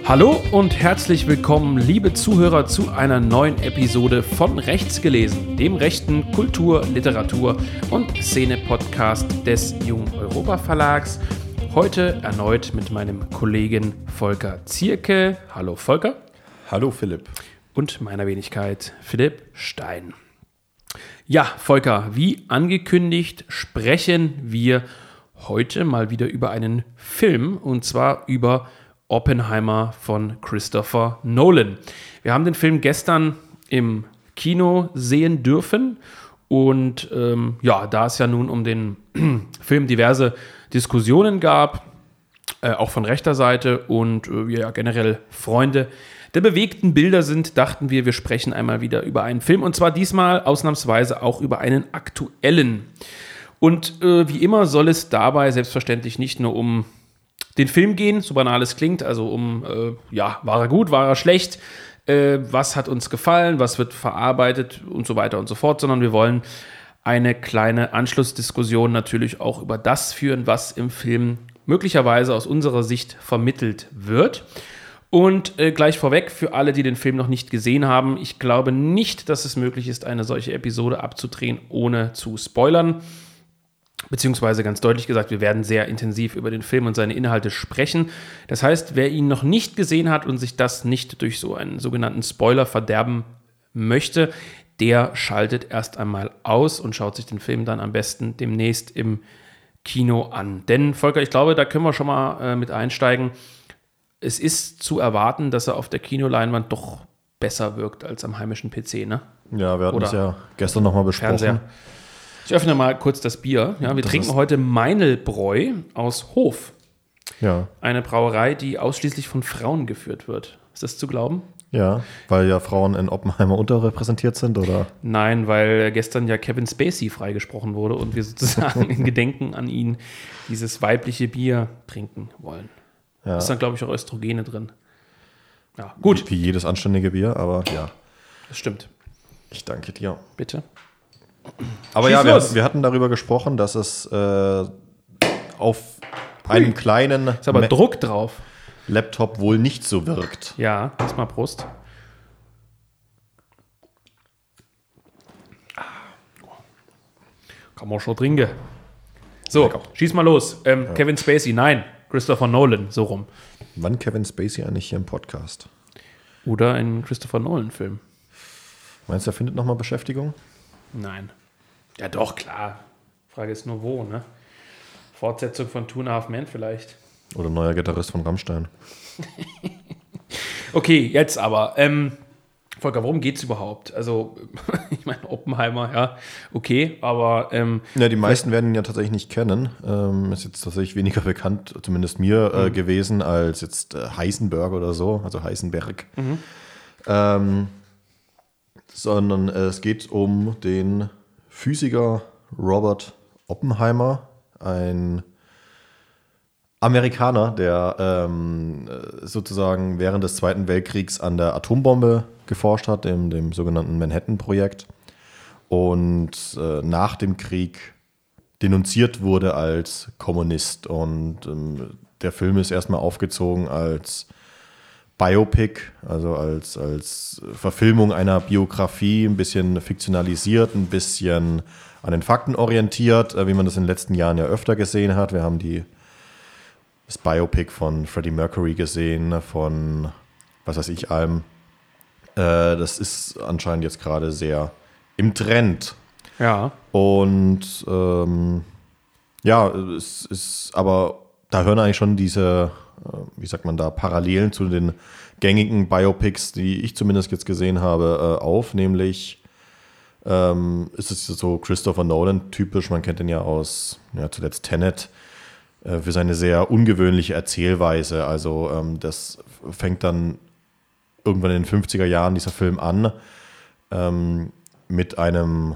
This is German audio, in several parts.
Hallo und herzlich willkommen, liebe Zuhörer, zu einer neuen Episode von Rechts gelesen, dem rechten Kultur-, Literatur- und Szene-Podcast des Jung Europa Verlags. Heute erneut mit meinem Kollegen Volker Zierke. Hallo Volker. Hallo Philipp. Und meiner Wenigkeit Philipp Stein. Ja, Volker, wie angekündigt sprechen wir heute mal wieder über einen Film, und zwar über Oppenheimer von Christopher Nolan. Wir haben den Film gestern im Kino sehen dürfen und da es ja nun um den Film diverse Diskussionen gab, auch von rechter Seite und wir generell Freunde der bewegten Bilder sind, dachten wir sprechen einmal wieder über einen Film, und zwar diesmal ausnahmsweise auch über einen aktuellen. Und wie immer soll es dabei selbstverständlich nicht nur um den Film gehen, so banal es klingt, also um, war er gut, war er schlecht, was hat uns gefallen, was wird verarbeitet und so weiter und so fort, sondern wir wollen eine kleine Anschlussdiskussion natürlich auch über das führen, was im Film möglicherweise aus unserer Sicht vermittelt wird. Und gleich vorweg, für alle, die den Film noch nicht gesehen haben, ich glaube nicht, dass es möglich ist, eine solche Episode abzudrehen, ohne zu spoilern. Beziehungsweise ganz deutlich gesagt, wir werden sehr intensiv über den Film und seine Inhalte sprechen. Das heißt, wer ihn noch nicht gesehen hat und sich das nicht durch so einen sogenannten Spoiler verderben möchte, der schaltet erst einmal aus und schaut sich den Film dann am besten demnächst im Kino an. Denn, Volker, ich glaube, da können wir schon mal mit einsteigen. Es ist zu erwarten, dass er auf der Kinoleinwand doch besser wirkt als am heimischen PC, ne? Ja, wir hatten es ja gestern nochmal besprochen. Fernseher. Ich öffne mal kurz das Bier. Ja, wir trinken heute Meinl-Bräu aus Hof. Ja. Eine Brauerei, die ausschließlich von Frauen geführt wird. Ist das zu glauben? Ja, weil ja Frauen in Oppenheimer unterrepräsentiert sind, oder? Nein, weil gestern ja Kevin Spacey freigesprochen wurde und wir sozusagen in Gedenken an ihn dieses weibliche Bier trinken wollen. Ja. Da ist dann, glaube ich, auch Östrogene drin. Ja, gut. Wie jedes anständige Bier, aber ja. Das stimmt. Ich danke dir. Bitte. Aber ja, wir hatten darüber gesprochen, dass es auf einem kleinen ist aber Druck drauf. Laptop wohl nicht so wirkt. Ja, erstmal Prost. Kann man schon trinken. So, lecker. Schieß mal los. Kevin Spacey, nein, Christopher Nolan, so rum. Wann Kevin Spacey eigentlich hier im Podcast? Oder ein Christopher Nolan-Film. Meinst du, er findet nochmal Beschäftigung? Nein. Ja doch, klar. Frage ist nur wo, ne? Fortsetzung von Two and a Half Men vielleicht. Oder neuer Gitarrist von Rammstein. Okay, jetzt aber. Volker, worum geht's überhaupt? Also, ich meine, Oppenheimer, ja, okay, aber... die meisten werden ihn ja tatsächlich nicht kennen. Ist jetzt tatsächlich weniger bekannt, zumindest mir, gewesen, als jetzt Heisenberg oder so, also Heisenberg. Sondern es geht um den Physiker Robert Oppenheimer, ein Amerikaner, der sozusagen während des Zweiten Weltkriegs an der Atombombe geforscht hat, dem sogenannten Manhattan-Projekt, und nach dem Krieg denunziert wurde als Kommunist. Und der Film ist erstmal aufgezogen als Biopic, also als Verfilmung einer Biografie, ein bisschen fiktionalisiert, ein bisschen an den Fakten orientiert, wie man das in den letzten Jahren ja öfter gesehen hat. Wir haben das Biopic von Freddie Mercury gesehen, von was weiß ich allem. Das ist anscheinend jetzt gerade sehr im Trend. Ja. Und es ist aber, da hören eigentlich schon diese, Parallelen zu den gängigen Biopics, die ich zumindest jetzt gesehen habe, auf. Nämlich ist es so Christopher Nolan typisch, man kennt ihn ja aus, zuletzt Tenet, für seine sehr ungewöhnliche Erzählweise. Also das fängt dann irgendwann in den 50er Jahren, dieser Film, an, mit einem,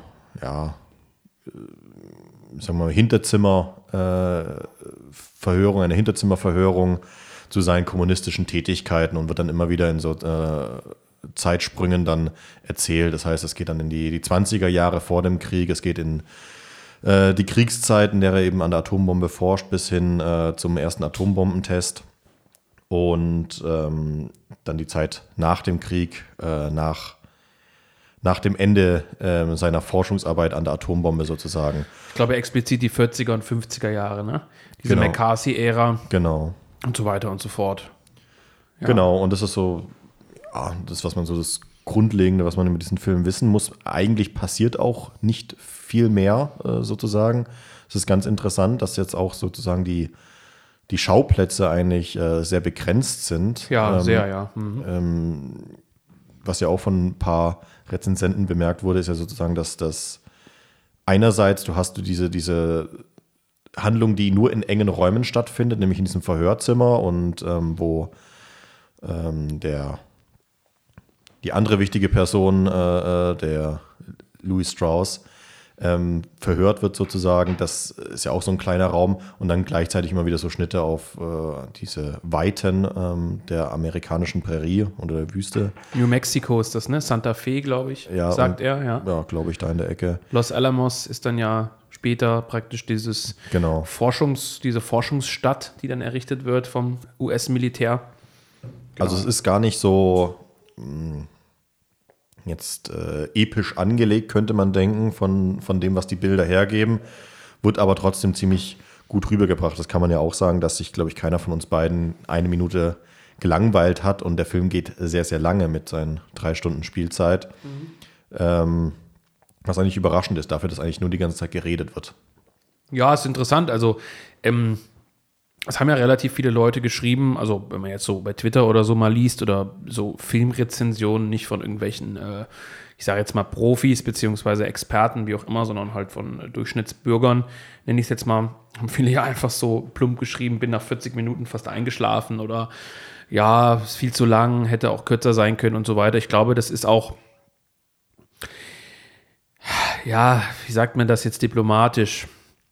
Hinterzimmerverhörung zu seinen kommunistischen Tätigkeiten, und wird dann immer wieder in so Zeitsprüngen dann erzählt. Das heißt, es geht dann in die 20er Jahre vor dem Krieg, es geht in die Kriegszeit, in der er eben an der Atombombe forscht, bis hin zum ersten Atombombentest. und dann die Zeit nach dem Krieg, nach dem Ende seiner Forschungsarbeit an der Atombombe sozusagen. Ich glaube explizit die 40er und 50er Jahre, ne? Diese Genau. McCarthy-Ära. Genau. Und so weiter und so fort. Ja. Genau, und das ist so, das, was man so das Grundlegende, was man über diesen Film wissen muss. Eigentlich passiert auch nicht viel mehr, sozusagen. Es ist ganz interessant, dass jetzt auch sozusagen die Schauplätze eigentlich sehr begrenzt sind. Ja, sehr, ja. Mhm. Was ja auch von ein paar Rezensenten bemerkt wurde, ist ja sozusagen, dass das einerseits, du diese Handlung, die nur in engen Räumen stattfindet, nämlich in diesem Verhörzimmer und wo die andere wichtige Person, der Louis Strauss, verhört wird sozusagen. Das ist ja auch so ein kleiner Raum und dann gleichzeitig immer wieder so Schnitte auf diese Weiten der amerikanischen Prärie oder der Wüste. New Mexico ist das, ne? Santa Fe, glaube ich, Ja, sagt er, ja. Ja, glaube ich, da in der Ecke. Los Alamos ist dann ja später praktisch diese Forschungsstadt, die dann errichtet wird vom US-Militär. Genau. Also es ist gar nicht so jetzt episch angelegt, könnte man denken, von dem, was die Bilder hergeben, wird aber trotzdem ziemlich gut rübergebracht. Das kann man ja auch sagen, dass sich, glaube ich, keiner von uns beiden eine Minute gelangweilt hat und der Film geht sehr, sehr lange mit seinen 3 Stunden Spielzeit. Was eigentlich überraschend ist, dafür, dass eigentlich nur die ganze Zeit geredet wird. Ja, ist interessant. Also, es haben ja relativ viele Leute geschrieben, also wenn man jetzt so bei Twitter oder so mal liest oder so Filmrezensionen, nicht von irgendwelchen, ich sage jetzt mal Profis beziehungsweise Experten, wie auch immer, sondern halt von Durchschnittsbürgern, nenne ich es jetzt mal, haben viele ja einfach so plump geschrieben, bin nach 40 Minuten fast eingeschlafen oder ja, ist viel zu lang, hätte auch kürzer sein können und so weiter. Ich glaube, das ist auch, ja, wie sagt man das jetzt diplomatisch?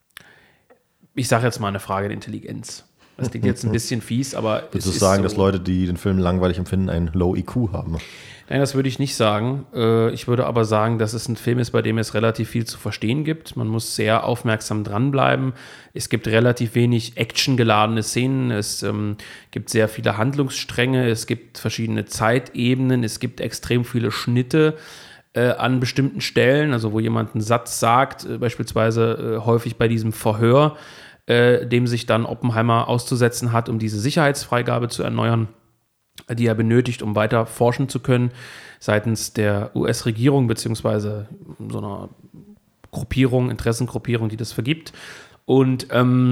Ich sage jetzt mal eine Frage der Intelligenz. Das klingt jetzt ein bisschen fies, aber Würdest du sagen, so, dass Leute, die den Film langweilig empfinden, ein Low IQ haben? Nein, das würde ich nicht sagen. Ich würde aber sagen, dass es ein Film ist, bei dem es relativ viel zu verstehen gibt. Man muss sehr aufmerksam dranbleiben. Es gibt relativ wenig actiongeladene Szenen. Es gibt sehr viele Handlungsstränge. Es gibt verschiedene Zeitebenen. Es gibt extrem viele Schnitte an bestimmten Stellen, also wo jemand einen Satz sagt, beispielsweise häufig bei diesem Verhör, dem sich dann Oppenheimer auszusetzen hat, um diese Sicherheitsfreigabe zu erneuern, die er benötigt, um weiter forschen zu können, seitens der US-Regierung beziehungsweise so einer Gruppierung, Interessengruppierung, die das vergibt. Und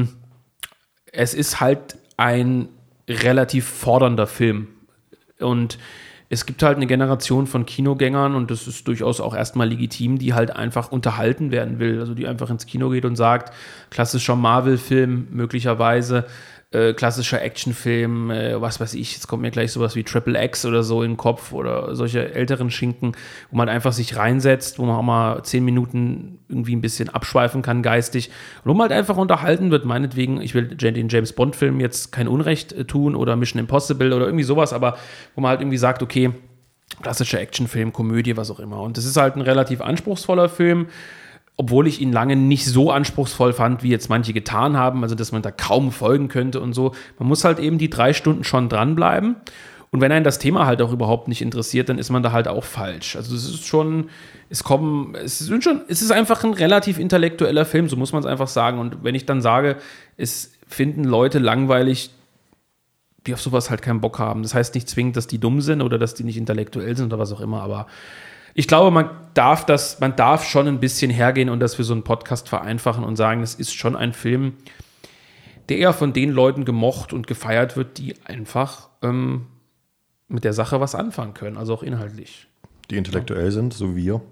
es ist halt ein relativ fordernder Film. Und es gibt halt eine Generation von Kinogängern und das ist durchaus auch erstmal legitim, die halt einfach unterhalten werden will. Also die einfach ins Kino geht und sagt, klassischer Marvel-Film möglicherweise, klassischer Actionfilm, was weiß ich, jetzt kommt mir gleich sowas wie Triple X oder so in den Kopf oder solche älteren Schinken, wo man einfach sich reinsetzt, wo man auch mal 10 Minuten irgendwie ein bisschen abschweifen kann geistig und wo man halt einfach unterhalten wird, meinetwegen, ich will den James Bond-Film jetzt kein Unrecht tun oder Mission Impossible oder irgendwie sowas, aber wo man halt irgendwie sagt, okay, klassischer Actionfilm, Komödie, was auch immer. Und das ist halt ein relativ anspruchsvoller Film, obwohl ich ihn lange nicht so anspruchsvoll fand, wie jetzt manche getan haben, also dass man da kaum folgen könnte und so. Man muss halt eben die 3 Stunden schon dranbleiben. Und wenn einen das Thema halt auch überhaupt nicht interessiert, dann ist man da halt auch falsch. Also es ist schon, es ist einfach ein relativ intellektueller Film, so muss man es einfach sagen. Und wenn ich dann sage, es finden Leute langweilig, die auf sowas halt keinen Bock haben. Das heißt nicht zwingend, dass die dumm sind oder dass die nicht intellektuell sind oder was auch immer, aber ich glaube, man darf schon ein bisschen hergehen und das für so einen Podcast vereinfachen und sagen, es ist schon ein Film, der eher von den Leuten gemocht und gefeiert wird, die einfach mit der Sache was anfangen können, also auch inhaltlich. Die intellektuell sind, so wie wir.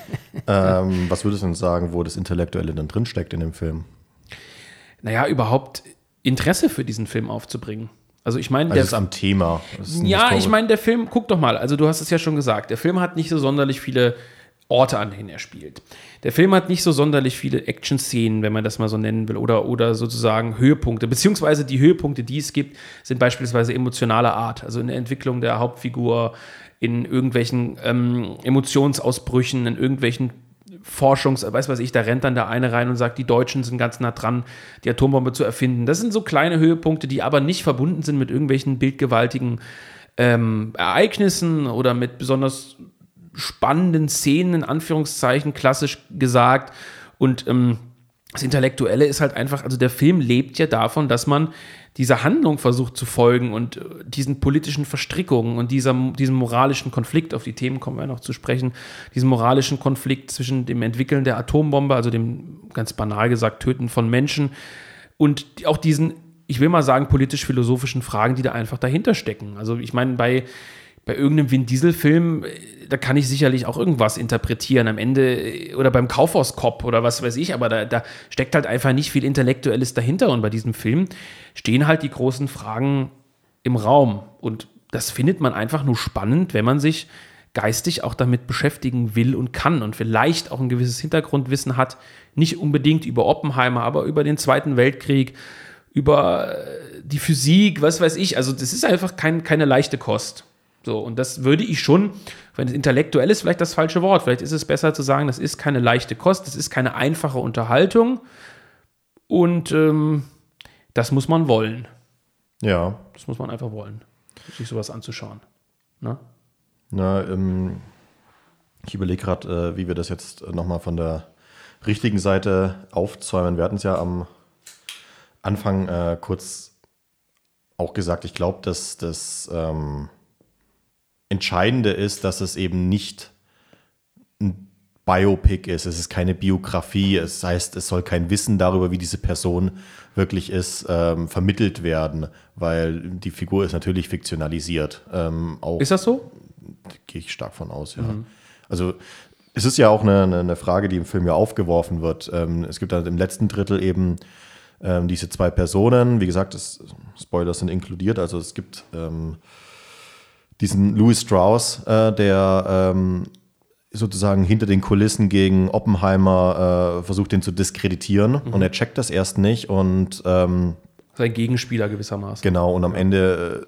Was würdest du denn sagen, wo das Intellektuelle dann drinsteckt in dem Film? Naja, überhaupt Interesse für diesen Film aufzubringen. Also ich meine, das ist am Thema. Ja, ich meine, der Film, guck doch mal, also du hast es ja schon gesagt, der Film hat nicht so sonderlich viele Orte, an denen er spielt. Der Film hat nicht so sonderlich viele Action-Szenen, wenn man das mal so nennen will, oder sozusagen Höhepunkte, beziehungsweise die Höhepunkte, die es gibt, sind beispielsweise emotionaler Art, also in der Entwicklung der Hauptfigur, in irgendwelchen Emotionsausbrüchen, in irgendwelchen weiß was ich, da rennt dann der eine rein und sagt, die Deutschen sind ganz nah dran, die Atombombe zu erfinden. Das sind so kleine Höhepunkte, die aber nicht verbunden sind mit irgendwelchen bildgewaltigen Ereignissen oder mit besonders spannenden Szenen, in Anführungszeichen, klassisch gesagt. Und das Intellektuelle ist halt einfach, also der Film lebt ja davon, dass man dieser Handlung versucht zu folgen und diesen politischen Verstrickungen und diesem moralischen Konflikt, auf die Themen kommen wir noch zu sprechen, diesen moralischen Konflikt zwischen dem Entwickeln der Atombombe, also dem, ganz banal gesagt, Töten von Menschen und auch diesen, ich will mal sagen, politisch-philosophischen Fragen, die da einfach dahinter stecken. Also ich meine, bei irgendeinem Vin-Diesel-Film, da kann ich sicherlich auch irgendwas interpretieren am Ende oder beim Kaufhaus-Cop oder was weiß ich, aber da steckt halt einfach nicht viel Intellektuelles dahinter und bei diesem Film stehen halt die großen Fragen im Raum und das findet man einfach nur spannend, wenn man sich geistig auch damit beschäftigen will und kann und vielleicht auch ein gewisses Hintergrundwissen hat, nicht unbedingt über Oppenheimer, aber über den Zweiten Weltkrieg, über die Physik, was weiß ich, also das ist einfach keine leichte Kost. So, und das würde ich schon, wenn es intellektuell ist, vielleicht das falsche Wort, vielleicht ist es besser zu sagen, das ist keine leichte Kost, das ist keine einfache Unterhaltung und das muss man wollen. Ja. Das muss man einfach wollen, sich sowas anzuschauen. Ne? Ich überlege gerade, wie wir das jetzt nochmal von der richtigen Seite aufzäumen. Wir hatten es ja am Anfang kurz auch gesagt, ich glaube, dass das Entscheidende ist, dass es eben nicht ein Biopic ist. Es ist keine Biografie. Es heißt, es soll kein Wissen darüber, wie diese Person wirklich ist, vermittelt werden, weil die Figur ist natürlich fiktionalisiert. Ist das so? Gehe ich stark von aus, ja. Also es ist ja auch eine Frage, die im Film ja aufgeworfen wird. Es gibt dann im letzten Drittel eben diese zwei Personen. Wie gesagt, Spoiler sind inkludiert. Also es gibt diesen Louis Strauss, der sozusagen hinter den Kulissen gegen Oppenheimer versucht, ihn zu diskreditieren. Und er checkt das erst nicht. Und sein Gegenspieler gewissermaßen. Genau, und am Ende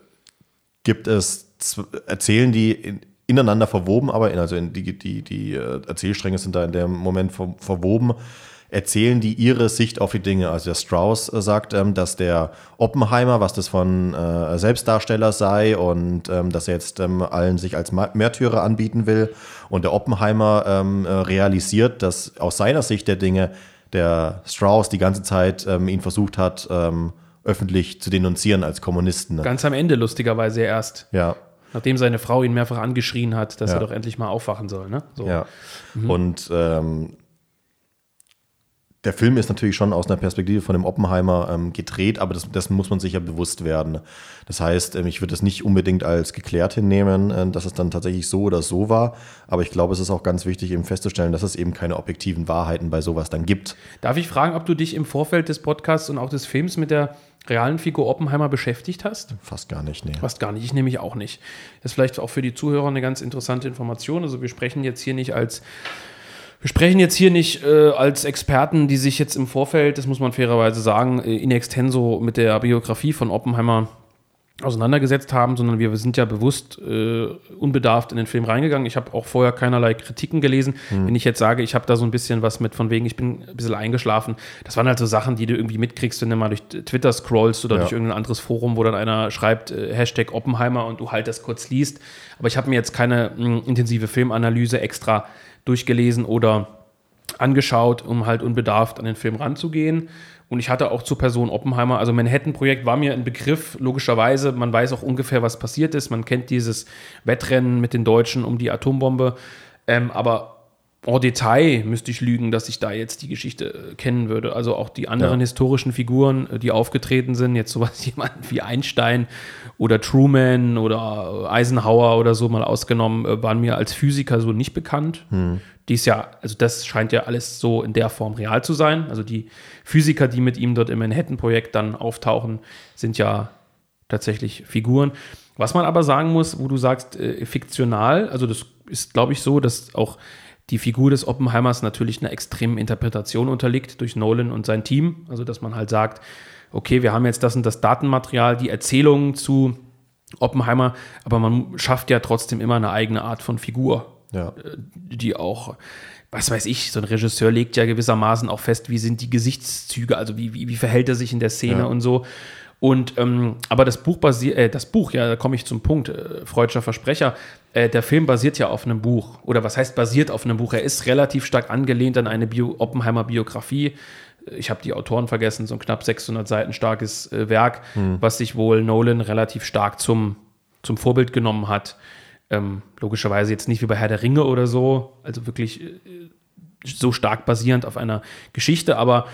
erzählen die ineinander verwoben, aber die Erzählstränge sind da in dem Moment verwoben, erzählen die ihre Sicht auf die Dinge. Also der Strauss sagt, dass der Oppenheimer, was das von Selbstdarsteller sei und dass er jetzt allen sich als Märtyrer anbieten will. Und der Oppenheimer realisiert, dass aus seiner Sicht der Dinge der Strauss die ganze Zeit ihn versucht hat, öffentlich zu denunzieren als Kommunisten. Ganz am Ende lustigerweise erst. Ja. Nachdem seine Frau ihn mehrfach angeschrien hat, dass er doch endlich mal aufwachen soll. Ne? So. Ja. Und der Film ist natürlich schon aus einer Perspektive von dem Oppenheimer gedreht, aber das muss man sich ja bewusst werden. Das heißt, ich würde das nicht unbedingt als geklärt hinnehmen, dass es dann tatsächlich so oder so war. Aber ich glaube, es ist auch ganz wichtig, eben festzustellen, dass es eben keine objektiven Wahrheiten bei sowas dann gibt. Darf ich fragen, ob du dich im Vorfeld des Podcasts und auch des Films mit der realen Figur Oppenheimer beschäftigt hast? Fast gar nicht, nee. Fast gar nicht, ich nämlich auch nicht. Das ist vielleicht auch für die Zuhörer eine ganz interessante Information. Also wir sprechen jetzt hier nicht als Experten, die sich jetzt im Vorfeld, das muss man fairerweise sagen, in extenso mit der Biografie von Oppenheimer auseinandergesetzt haben, sondern wir sind ja bewusst unbedarft in den Film reingegangen. Ich habe auch vorher keinerlei Kritiken gelesen. Wenn ich jetzt sage, ich habe da so ein bisschen was mit von wegen, ich bin ein bisschen eingeschlafen, das waren halt so Sachen, die du irgendwie mitkriegst, wenn du mal durch Twitter scrollst oder durch irgendein anderes Forum, wo dann einer schreibt, Hashtag Oppenheimer und du halt das kurz liest. Aber ich habe mir jetzt keine intensive Filmanalyse extra durchgelesen oder angeschaut, um halt unbedarft an den Film ranzugehen. Und ich hatte auch zur Person Oppenheimer, also Manhattan-Projekt war mir ein Begriff, logischerweise, man weiß auch ungefähr, was passiert ist, man kennt dieses Wettrennen mit den Deutschen um die Atombombe, aber en Detail müsste ich lügen, dass ich da jetzt die Geschichte kennen würde. Also auch die anderen historischen Figuren, die aufgetreten sind, jetzt sowas jemanden wie Einstein oder Truman oder Eisenhower oder so mal ausgenommen, waren mir als Physiker so nicht bekannt. Also das scheint ja alles so in der Form real zu sein. Also die Physiker, die mit ihm dort im Manhattan-Projekt dann auftauchen, sind ja tatsächlich Figuren. Was man aber sagen muss, wo du sagst, fiktional, also das ist, glaube ich, so, dass auch die Figur des Oppenheimers natürlich einer extremen Interpretation unterliegt durch Nolan und sein Team. Also dass man halt sagt, okay, wir haben jetzt das und das Datenmaterial, die Erzählungen zu Oppenheimer, aber man schafft ja trotzdem immer eine eigene Art von Figur. die auch, was weiß ich, so ein Regisseur legt ja gewissermaßen auch fest, wie sind die Gesichtszüge, also wie verhält er sich in der Szene und so. Und aber das Buch, da komme ich zum Punkt, Freudscher Versprecher, der Film basiert ja auf einem Buch. Oder was heißt basiert auf einem Buch? Er ist relativ stark angelehnt an eine Oppenheimer-Biografie. Ich habe die Autoren vergessen, so ein knapp 600 Seiten starkes Werk, was sich wohl Nolan relativ stark zum Vorbild genommen hat. Logischerweise jetzt nicht wie bei Herr der Ringe oder so, also wirklich so stark basierend auf einer Geschichte, aber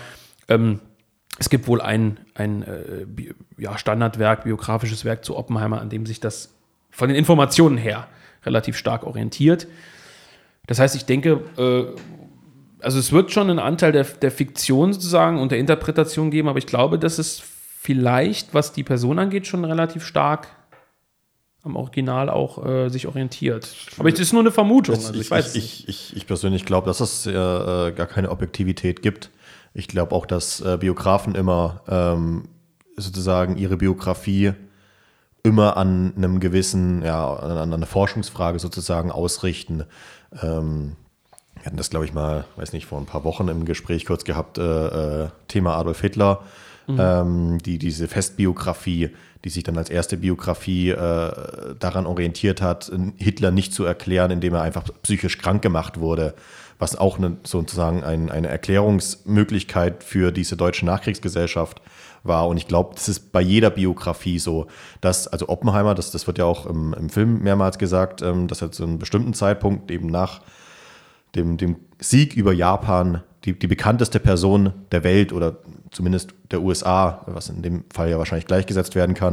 es gibt wohl ein Standardwerk, biografisches Werk zu Oppenheimer, an dem sich das von den Informationen her relativ stark orientiert. Das heißt, ich denke, also es wird schon einen Anteil der Fiktion sozusagen und der Interpretation geben, aber ich glaube, dass es vielleicht, was die Person angeht, schon relativ stark am Original auch sich orientiert. Aber es ist nur eine Vermutung. Ich persönlich glaube, dass es gar keine Objektivität gibt. Ich glaube auch, dass Biografen immer sozusagen ihre Biografie immer an einem gewissen, an einer Forschungsfrage sozusagen ausrichten. Wir hatten das, glaube ich, mal, weiß nicht, vor ein paar Wochen im Gespräch kurz gehabt, Thema Adolf Hitler, diese Festbiografie, die sich dann als erste Biografie daran orientiert hat, Hitler nicht zu erklären, indem er einfach psychisch krank gemacht wurde, was auch sozusagen eine Erklärungsmöglichkeit für diese deutsche Nachkriegsgesellschaft war. Und ich glaube, das ist bei jeder Biografie so, dass, also Oppenheimer, das wird ja auch im Film mehrmals gesagt, dass er zu einem bestimmten Zeitpunkt eben nach dem Sieg über Japan die bekannteste Person der Welt oder zumindest der USA, was in dem Fall ja wahrscheinlich gleichgesetzt werden kann,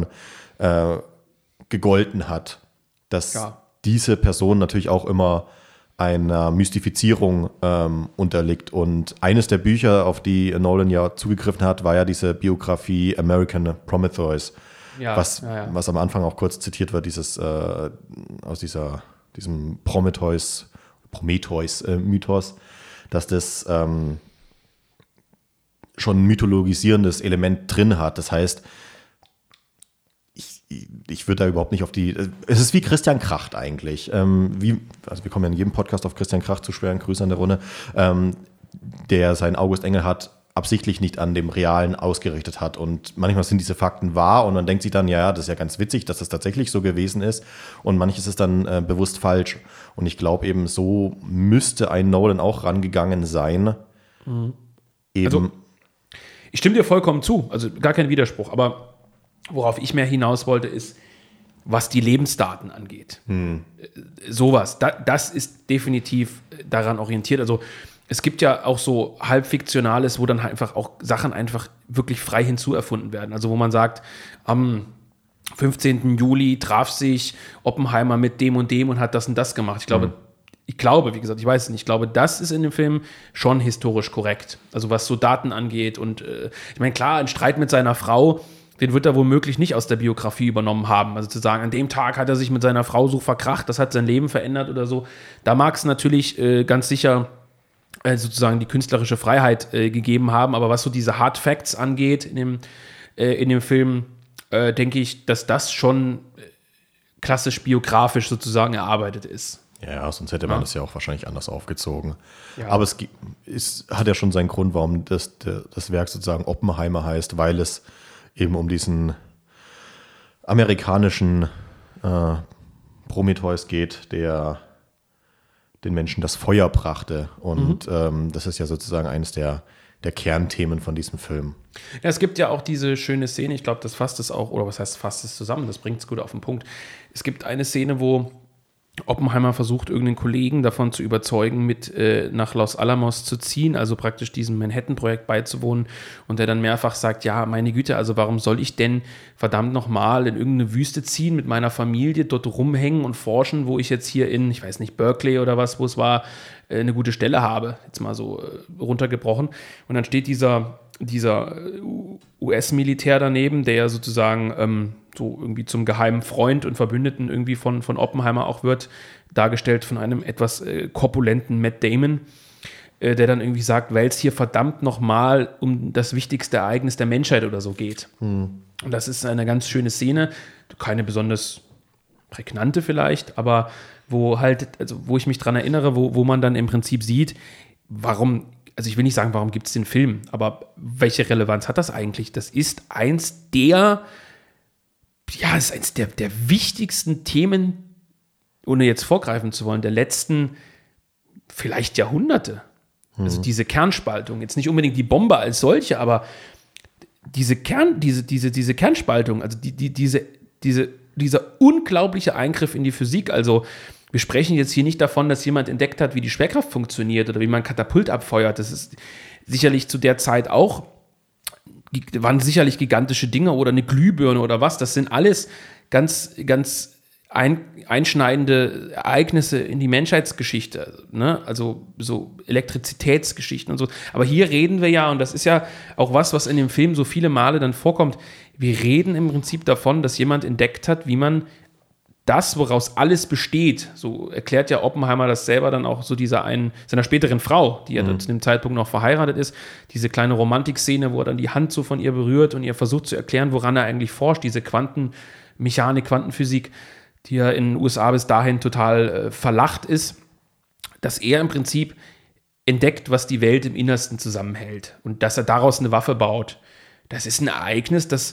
gegolten hat. Dass diese Person natürlich auch immer einer Mystifizierung unterliegt. Und eines der Bücher, auf die Nolan ja zugegriffen hat, war ja diese Biografie American Prometheus, was am Anfang auch kurz zitiert wird, aus diesem Prometheus-Mythos, dass das schon ein mythologisierendes Element drin hat. Das heißt, ich würde da überhaupt nicht es ist wie Christian Kracht eigentlich. Also wir kommen ja in jedem Podcast auf Christian Kracht zu schweren Grüßen an der Runde, der seinen August Engel hat absichtlich nicht an dem Realen ausgerichtet hat. Und manchmal sind diese Fakten wahr und man denkt sich dann, das ist ja ganz witzig, dass das tatsächlich so gewesen ist. Und manches ist dann bewusst falsch. Und ich glaube eben, so müsste ein Nolan auch rangegangen sein. Also, ich stimme dir vollkommen zu, also gar kein Widerspruch, aber worauf ich mehr hinaus wollte, ist, was die Lebensdaten angeht. Sowas, das ist definitiv daran orientiert. Also es gibt ja auch so Halbfiktionales, wo dann halt einfach auch Sachen einfach wirklich frei hinzuerfunden werden. Also wo man sagt, am 15. Juli traf sich Oppenheimer mit dem und dem und hat das und das gemacht. Ich glaube, wie gesagt, ich weiß es nicht, ich glaube, das ist in dem Film schon historisch korrekt. Also was so Daten angeht und ich meine, klar, ein Streit mit seiner Frau, den wird er womöglich nicht aus der Biografie übernommen haben. Also zu sagen, an dem Tag hat er sich mit seiner Frau so verkracht, das hat sein Leben verändert oder so. Da mag es natürlich ganz sicher sozusagen die künstlerische Freiheit gegeben haben, aber was so diese Hard Facts angeht in dem Film, denke ich, dass das schon klassisch biografisch sozusagen erarbeitet ist. Ja, sonst hätte man das ja auch wahrscheinlich anders aufgezogen. Ja. Aber es hat ja schon seinen Grund, warum das Werk sozusagen Oppenheimer heißt, weil es eben um diesen amerikanischen Prometheus geht, der den Menschen das Feuer brachte. Und das ist ja sozusagen eines der Kernthemen von diesem Film. Ja, es gibt ja auch diese schöne Szene, ich glaube, das fasst es auch, oder was heißt fasst es zusammen, das bringt es gut auf den Punkt. Es gibt eine Szene, wo Oppenheimer versucht, irgendeinen Kollegen davon zu überzeugen, mit nach Los Alamos zu ziehen, also praktisch diesem Manhattan-Projekt beizuwohnen, und der dann mehrfach sagt, ja, meine Güte, also warum soll ich denn verdammt nochmal in irgendeine Wüste ziehen, mit meiner Familie dort rumhängen und forschen, wo ich jetzt hier in, ich weiß nicht, Berkeley oder was, wo es war, eine gute Stelle habe, jetzt mal so runtergebrochen. Und dann steht dieser US-Militär daneben, der ja sozusagen so irgendwie zum geheimen Freund und Verbündeten irgendwie von Oppenheimer auch wird, dargestellt von einem etwas korpulenten Matt Damon, der dann irgendwie sagt, weil es hier verdammt nochmal um das wichtigste Ereignis der Menschheit oder so geht. Und das ist eine ganz schöne Szene, keine besonders prägnante vielleicht, aber wo ich mich dran erinnere, wo man dann im Prinzip sieht, warum, also ich will nicht sagen, warum gibt es den Film, aber welche Relevanz hat das eigentlich? Das ist eins der wichtigsten Themen, ohne jetzt vorgreifen zu wollen, der letzten vielleicht Jahrhunderte. Also diese Kernspaltung, jetzt nicht unbedingt die Bombe als solche, aber diese Kernspaltung, also dieser unglaubliche Eingriff in die Physik, also wir sprechen jetzt hier nicht davon, dass jemand entdeckt hat, wie die Schwerkraft funktioniert oder wie man ein Katapult abfeuert. Das ist sicherlich zu der Zeit auch, waren sicherlich gigantische Dinge oder eine Glühbirne oder was. Das sind alles ganz, ganz einschneidende Ereignisse in die Menschheitsgeschichte, ne? Also so Elektrizitätsgeschichten und so. Aber hier reden wir ja, und das ist ja auch was in dem Film so viele Male dann vorkommt, wir reden im Prinzip davon, dass jemand entdeckt hat, wie man das, woraus alles besteht, so erklärt ja Oppenheimer das selber dann auch so seiner späteren Frau, die ja zu dem Zeitpunkt noch verheiratet ist, diese kleine Romantikszene, wo er dann die Hand so von ihr berührt und ihr versucht zu erklären, woran er eigentlich forscht, diese Quantenmechanik, Quantenphysik, die ja in den USA bis dahin total verlacht ist, dass er im Prinzip entdeckt, was die Welt im Innersten zusammenhält und dass er daraus eine Waffe baut. Das ist ein Ereignis, das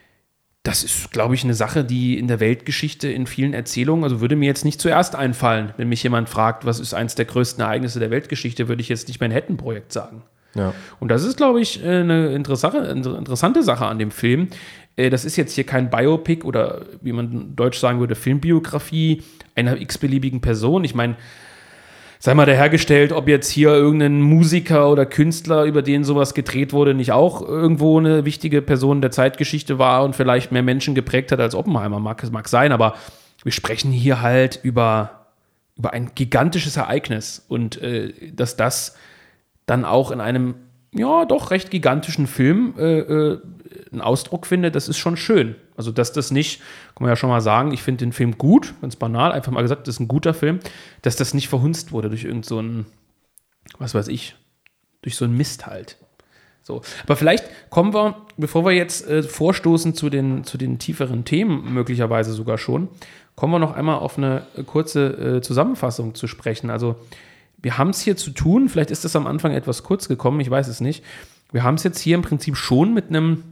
ist, glaube ich, eine Sache, die in der Weltgeschichte in vielen Erzählungen, also würde mir jetzt nicht zuerst einfallen, wenn mich jemand fragt, was ist eins der größten Ereignisse der Weltgeschichte, würde ich jetzt nicht Manhattan-Projekt sagen. Ja. Und das ist, glaube ich, eine interessante Sache an dem Film. Das ist jetzt hier kein Biopic oder, wie man in Deutsch sagen würde, Filmbiografie einer x-beliebigen Person. Ich meine, sei mal dahergestellt, ob jetzt hier irgendein Musiker oder Künstler, über den sowas gedreht wurde, nicht auch irgendwo eine wichtige Person der Zeitgeschichte war und vielleicht mehr Menschen geprägt hat als Oppenheimer. Mag sein, aber wir sprechen hier halt über ein gigantisches Ereignis und dass das dann auch in einem, ja, doch recht gigantischen Film einen Ausdruck findet, das ist schon schön. Also, dass das nicht, kann man ja schon mal sagen, ich finde den Film gut, ganz banal, einfach mal gesagt, das ist ein guter Film, dass das nicht verhunzt wurde durch irgend so ein, was weiß ich, durch so einen Mist halt. So. Aber vielleicht kommen wir, bevor wir jetzt vorstoßen zu den tieferen Themen, möglicherweise sogar schon, kommen wir noch einmal auf eine kurze Zusammenfassung zu sprechen. Also, wir haben es hier zu tun, vielleicht ist das am Anfang etwas kurz gekommen, ich weiß es nicht. Wir haben es jetzt hier im Prinzip schon mit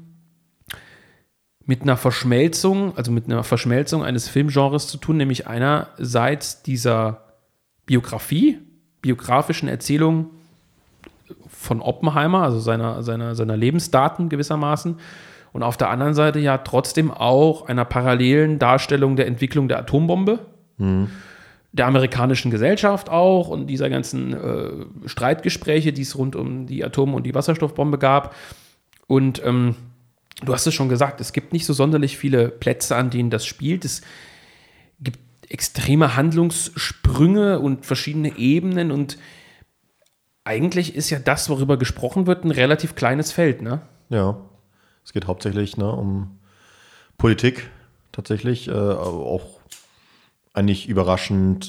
einer Verschmelzung eines Filmgenres zu tun, nämlich einerseits dieser biografischen Erzählung von Oppenheimer, also seiner Lebensdaten gewissermaßen, und auf der anderen Seite ja trotzdem auch einer parallelen Darstellung der Entwicklung der Atombombe, der amerikanischen Gesellschaft auch und dieser ganzen Streitgespräche, die es rund um die Atom- und die Wasserstoffbombe gab. Und du hast es schon gesagt, es gibt nicht so sonderlich viele Plätze, an denen das spielt. Es gibt extreme Handlungssprünge und verschiedene Ebenen und eigentlich ist ja das, worüber gesprochen wird, ein relativ kleines Feld, ne? Ja, es geht hauptsächlich um Politik tatsächlich, auch eigentlich überraschend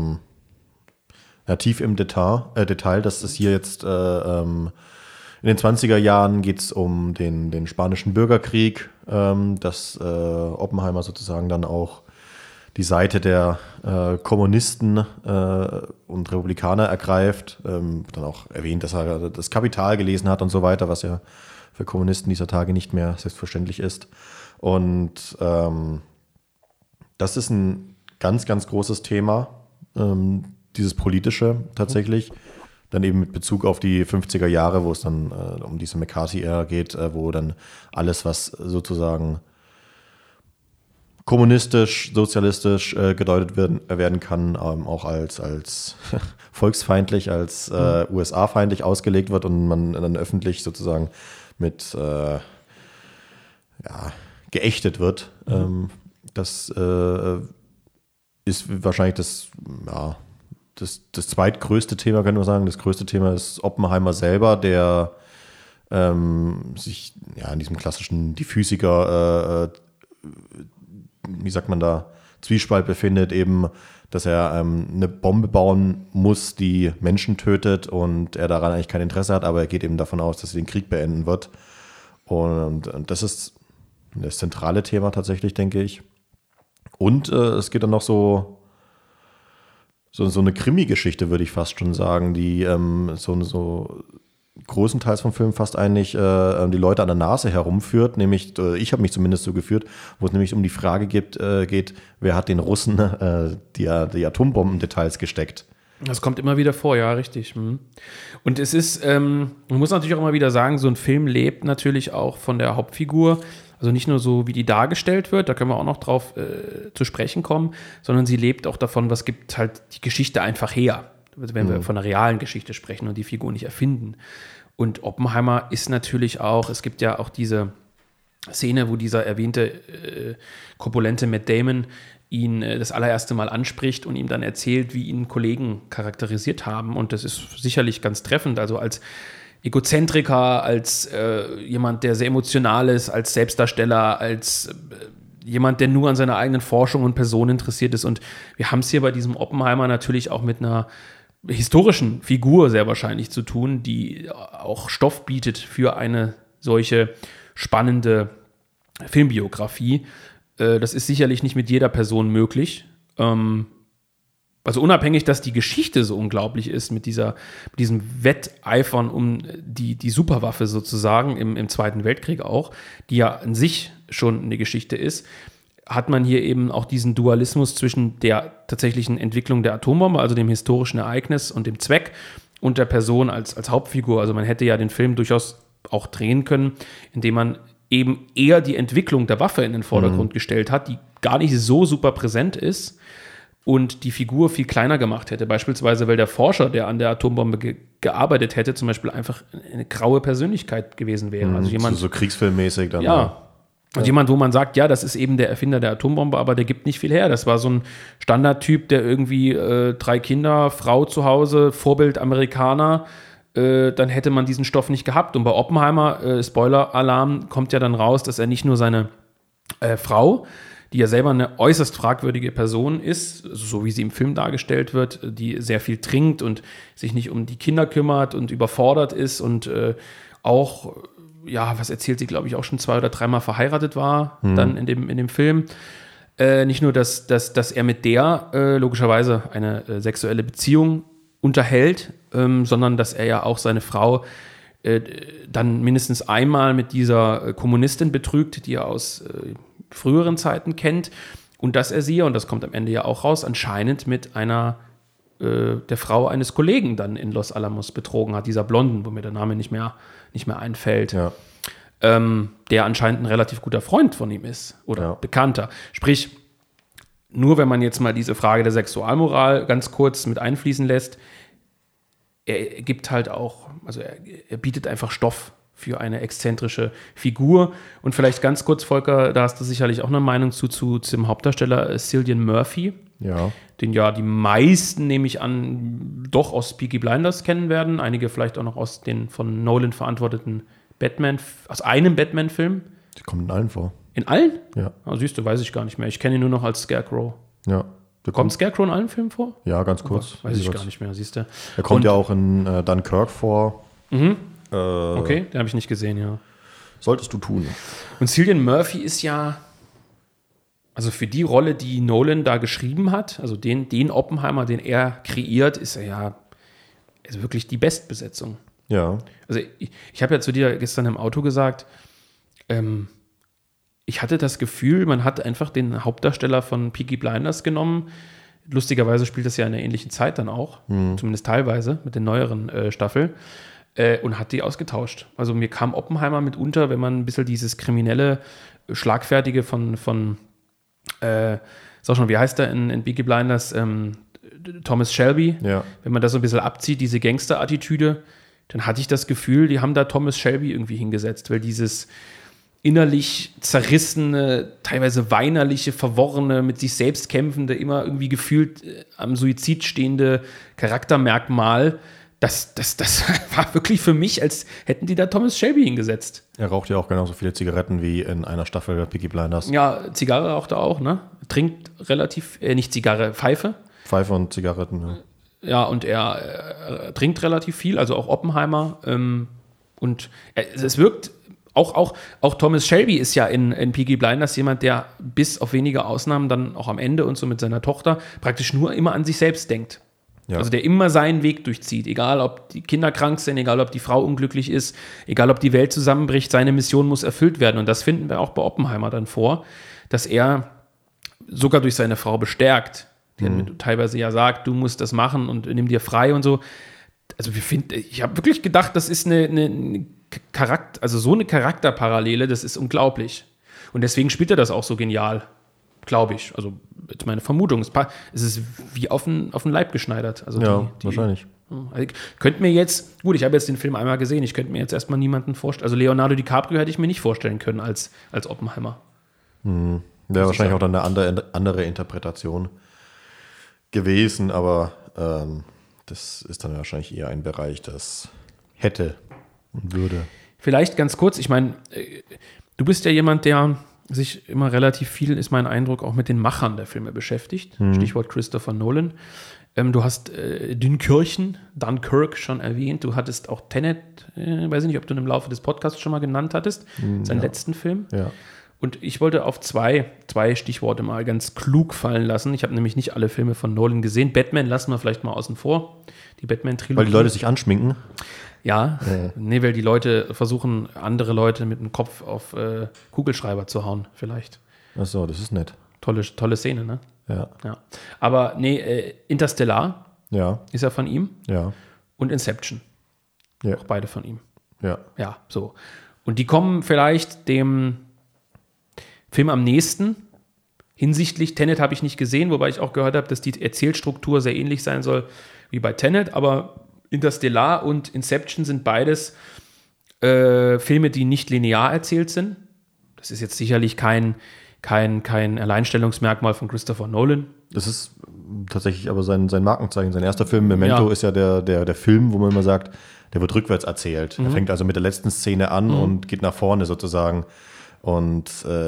tief im Detail, dass es hier jetzt in den 20er Jahren geht es um den spanischen Bürgerkrieg, dass Oppenheimer sozusagen dann auch die Seite der Kommunisten und Republikaner ergreift. Dann auch erwähnt, dass er das Kapital gelesen hat und so weiter, was ja für Kommunisten dieser Tage nicht mehr selbstverständlich ist. Und das ist ein ganz, ganz großes Thema, dieses politische tatsächlich. Dann eben mit Bezug auf die 50er Jahre, wo es dann um diese McCarthy-Ära geht, wo dann alles, was sozusagen kommunistisch, sozialistisch gedeutet werden kann, auch als volksfeindlich, als USA-feindlich ausgelegt wird und man dann öffentlich sozusagen mit geächtet wird. Das ist wahrscheinlich das zweitgrößte Thema, kann man sagen. Das größte Thema ist Oppenheimer selber, der sich in diesem klassischen, die Physiker, wie sagt man da, Zwiespalt befindet, eben, dass er eine Bombe bauen muss, die Menschen tötet und er daran eigentlich kein Interesse hat, aber er geht eben davon aus, dass er den Krieg beenden wird. Und das ist das zentrale Thema tatsächlich, denke ich. Und es geht dann noch so so eine Krimi-Geschichte, würde ich fast schon sagen, die so größtenteils vom Film fast eigentlich die Leute an der Nase herumführt, nämlich, ich habe mich zumindest so geführt, wo es nämlich um die Frage geht, wer hat den Russen die Atombomben-Details gesteckt. Das kommt immer wieder vor, ja, richtig. Und es ist, man muss natürlich auch immer wieder sagen, so ein Film lebt natürlich auch von der Hauptfigur, also nicht nur so, wie die dargestellt wird, da können wir auch noch drauf zu sprechen kommen, sondern sie lebt auch davon, was gibt halt die Geschichte einfach her, wenn wir von einer realen Geschichte sprechen und die Figur nicht erfinden. Und Oppenheimer ist natürlich auch, es gibt ja auch diese Szene, wo dieser erwähnte korpulente Matt Damon ihn das allererste Mal anspricht und ihm dann erzählt, wie ihn Kollegen charakterisiert haben. Und das ist sicherlich ganz treffend, also als Egozentriker, als jemand, der sehr emotional ist, als Selbstdarsteller, als jemand, der nur an seiner eigenen Forschung und Person interessiert ist. Und wir haben es hier bei diesem Oppenheimer natürlich auch mit einer historischen Figur sehr wahrscheinlich zu tun, die auch Stoff bietet für eine solche spannende Filmbiografie. Das ist sicherlich nicht mit jeder Person möglich. Also unabhängig, dass die Geschichte so unglaublich ist mit diesem Wetteifern um die Superwaffe sozusagen im Zweiten Weltkrieg auch, die ja an sich schon eine Geschichte ist, hat man hier eben auch diesen Dualismus zwischen der tatsächlichen Entwicklung der Atombombe, also dem historischen Ereignis und dem Zweck und der Person als Hauptfigur. Also man hätte ja den Film durchaus auch drehen können, indem man eben eher die Entwicklung der Waffe in den Vordergrund gestellt hat, die gar nicht so super präsent ist und die Figur viel kleiner gemacht hätte. Beispielsweise, weil der Forscher, der an der Atombombe gearbeitet hätte, zum Beispiel einfach eine graue Persönlichkeit gewesen wäre. Also jemand, so kriegsfilmmäßig dann. Ja. Und jemand, wo man sagt, ja, das ist eben der Erfinder der Atombombe, aber der gibt nicht viel her. Das war so ein Standardtyp, der irgendwie 3 Kinder, Frau zu Hause, Vorbild Amerikaner, dann hätte man diesen Stoff nicht gehabt. Und bei Oppenheimer, Spoiler-Alarm, kommt ja dann raus, dass er nicht nur seine Frau, die ja selber eine äußerst fragwürdige Person ist, so wie sie im Film dargestellt wird, die sehr viel trinkt und sich nicht um die Kinder kümmert und überfordert ist und auch, ja, was erzählt sie, glaube ich, auch schon 2 oder 3 Mal verheiratet war, dann in dem Film. Nicht nur, dass er mit der logischerweise eine sexuelle Beziehung unterhält, sondern dass er ja auch seine Frau dann mindestens einmal mit dieser Kommunistin betrügt, die er aus früheren Zeiten kennt, und dass er sie, und das kommt am Ende ja auch raus, anscheinend mit einer der Frau eines Kollegen dann in Los Alamos betrogen hat, dieser Blonden, wo mir der Name nicht mehr einfällt, Ja. der anscheinend ein relativ guter Freund von ihm ist oder Bekannter. Sprich, nur wenn man jetzt mal diese Frage der Sexualmoral ganz kurz mit einfließen lässt, er gibt halt auch, also er bietet einfach Stoff für eine exzentrische Figur. Und vielleicht ganz kurz, Volker, da hast du sicherlich auch eine Meinung zu dem Hauptdarsteller Cillian Murphy, den ja die meisten, nehme ich an, doch aus Peaky Blinders kennen werden. Einige vielleicht auch noch aus den von Nolan verantworteten aus einem Batman-Film. Die kommen in allen vor. In allen? Ja. Oh, siehst du, weiß ich gar nicht mehr. Ich kenne ihn nur noch als Scarecrow. Ja. Kommt Scarecrow in allen Filmen vor? Ja, ganz kurz. Weiß ich gar nicht mehr, siehst du. Er kommt ja auch in Dunkirk vor. Okay, den habe ich nicht gesehen, ja. Solltest du tun. Und Cillian Murphy ist ja, also für die Rolle, die Nolan da geschrieben hat, also den Oppenheimer, den er kreiert, ist er ja wirklich die Bestbesetzung. Ja. Also ich habe ja zu dir gestern im Auto gesagt, ich hatte das Gefühl, man hat einfach den Hauptdarsteller von Peaky Blinders genommen. Lustigerweise spielt das ja in einer ähnlichen Zeit dann auch, zumindest teilweise mit den neueren Staffeln, und hat die ausgetauscht. Also mir kam Oppenheimer mitunter, wenn man ein bisschen dieses kriminelle, schlagfertige von sag schon, wie heißt der in Peaky Blinders? Thomas Shelby. Ja. Wenn man das so ein bisschen abzieht, diese Gangster-Attitüde, dann hatte ich das Gefühl, die haben da Thomas Shelby irgendwie hingesetzt, weil dieses innerlich zerrissene, teilweise weinerliche, verworrene, mit sich selbst kämpfende, immer irgendwie gefühlt am Suizid stehende Charaktermerkmal, das war wirklich für mich, als hätten die da Thomas Shelby hingesetzt. Er raucht ja auch genauso viele Zigaretten wie in einer Staffel der Peaky Blinders. Ja, Zigarre raucht er auch, ne? Trinkt relativ, nicht Zigarre, Pfeife. Pfeife und Zigaretten, ja. Ja, und er trinkt relativ viel, also auch Oppenheimer. Und es wirkt Auch Thomas Shelby ist ja in Peaky Blinders jemand, der bis auf wenige Ausnahmen dann auch am Ende und so mit seiner Tochter praktisch nur immer an sich selbst denkt. Ja. Also der immer seinen Weg durchzieht, egal ob die Kinder krank sind, egal ob die Frau unglücklich ist, egal ob die Welt zusammenbricht, seine Mission muss erfüllt werden. Und das finden wir auch bei Oppenheimer dann vor, dass er sogar durch seine Frau bestärkt, die teilweise ja sagt, du musst das machen und nimm dir frei und so. Also ich habe wirklich gedacht, das ist eine Charakterparallele, das ist unglaublich. Und deswegen spielt er das auch so genial. Glaube ich. Also, jetzt meine Vermutung. Es ist wie auf den Leib geschneidert. Also wahrscheinlich. Also ich könnte mir jetzt, ich habe jetzt den Film einmal gesehen, ich könnte mir jetzt erstmal niemanden vorstellen. Also, Leonardo DiCaprio hätte ich mir nicht vorstellen können als Oppenheimer. Wäre wahrscheinlich auch dann eine andere Interpretation gewesen, aber das ist dann wahrscheinlich eher ein Bereich, das hätte und würde. Vielleicht ganz kurz, ich meine, du bist ja jemand, der sich immer relativ viel, ist mein Eindruck, auch mit den Machern der Filme beschäftigt. Stichwort Christopher Nolan. Du hast Dunkirk schon erwähnt. Du hattest auch Tenet, weiß ich nicht, ob du im Laufe des Podcasts schon mal genannt hattest, seinen letzten Film. Ja. Und ich wollte auf zwei Stichworte mal ganz klug fallen lassen. Ich habe nämlich nicht alle Filme von Nolan gesehen. Batman lassen wir vielleicht mal außen vor. Die Batman-Trilogie. Weil die Leute sich anschminken? Ja, weil die Leute versuchen, andere Leute mit dem Kopf auf Kugelschreiber zu hauen, vielleicht. Ach so, das ist nett. Tolle Szene, ne? Ja. Aber Interstellar ist ja von ihm. Ja. Und Inception. Ja. Auch beide von ihm. Ja. Ja, so. Und die kommen vielleicht dem Film am nächsten. Hinsichtlich Tenet habe ich nicht gesehen, wobei ich auch gehört habe, dass die Erzählstruktur sehr ähnlich sein soll wie bei Tenet, aber Interstellar und Inception sind beides Filme, die nicht linear erzählt sind. Das ist jetzt sicherlich kein Alleinstellungsmerkmal von Christopher Nolan. Das ist tatsächlich aber sein Markenzeichen. Sein erster Film, Memento, ist ja der Film, wo man immer sagt, der wird rückwärts erzählt. Er fängt also mit der letzten Szene an und geht nach vorne sozusagen. Und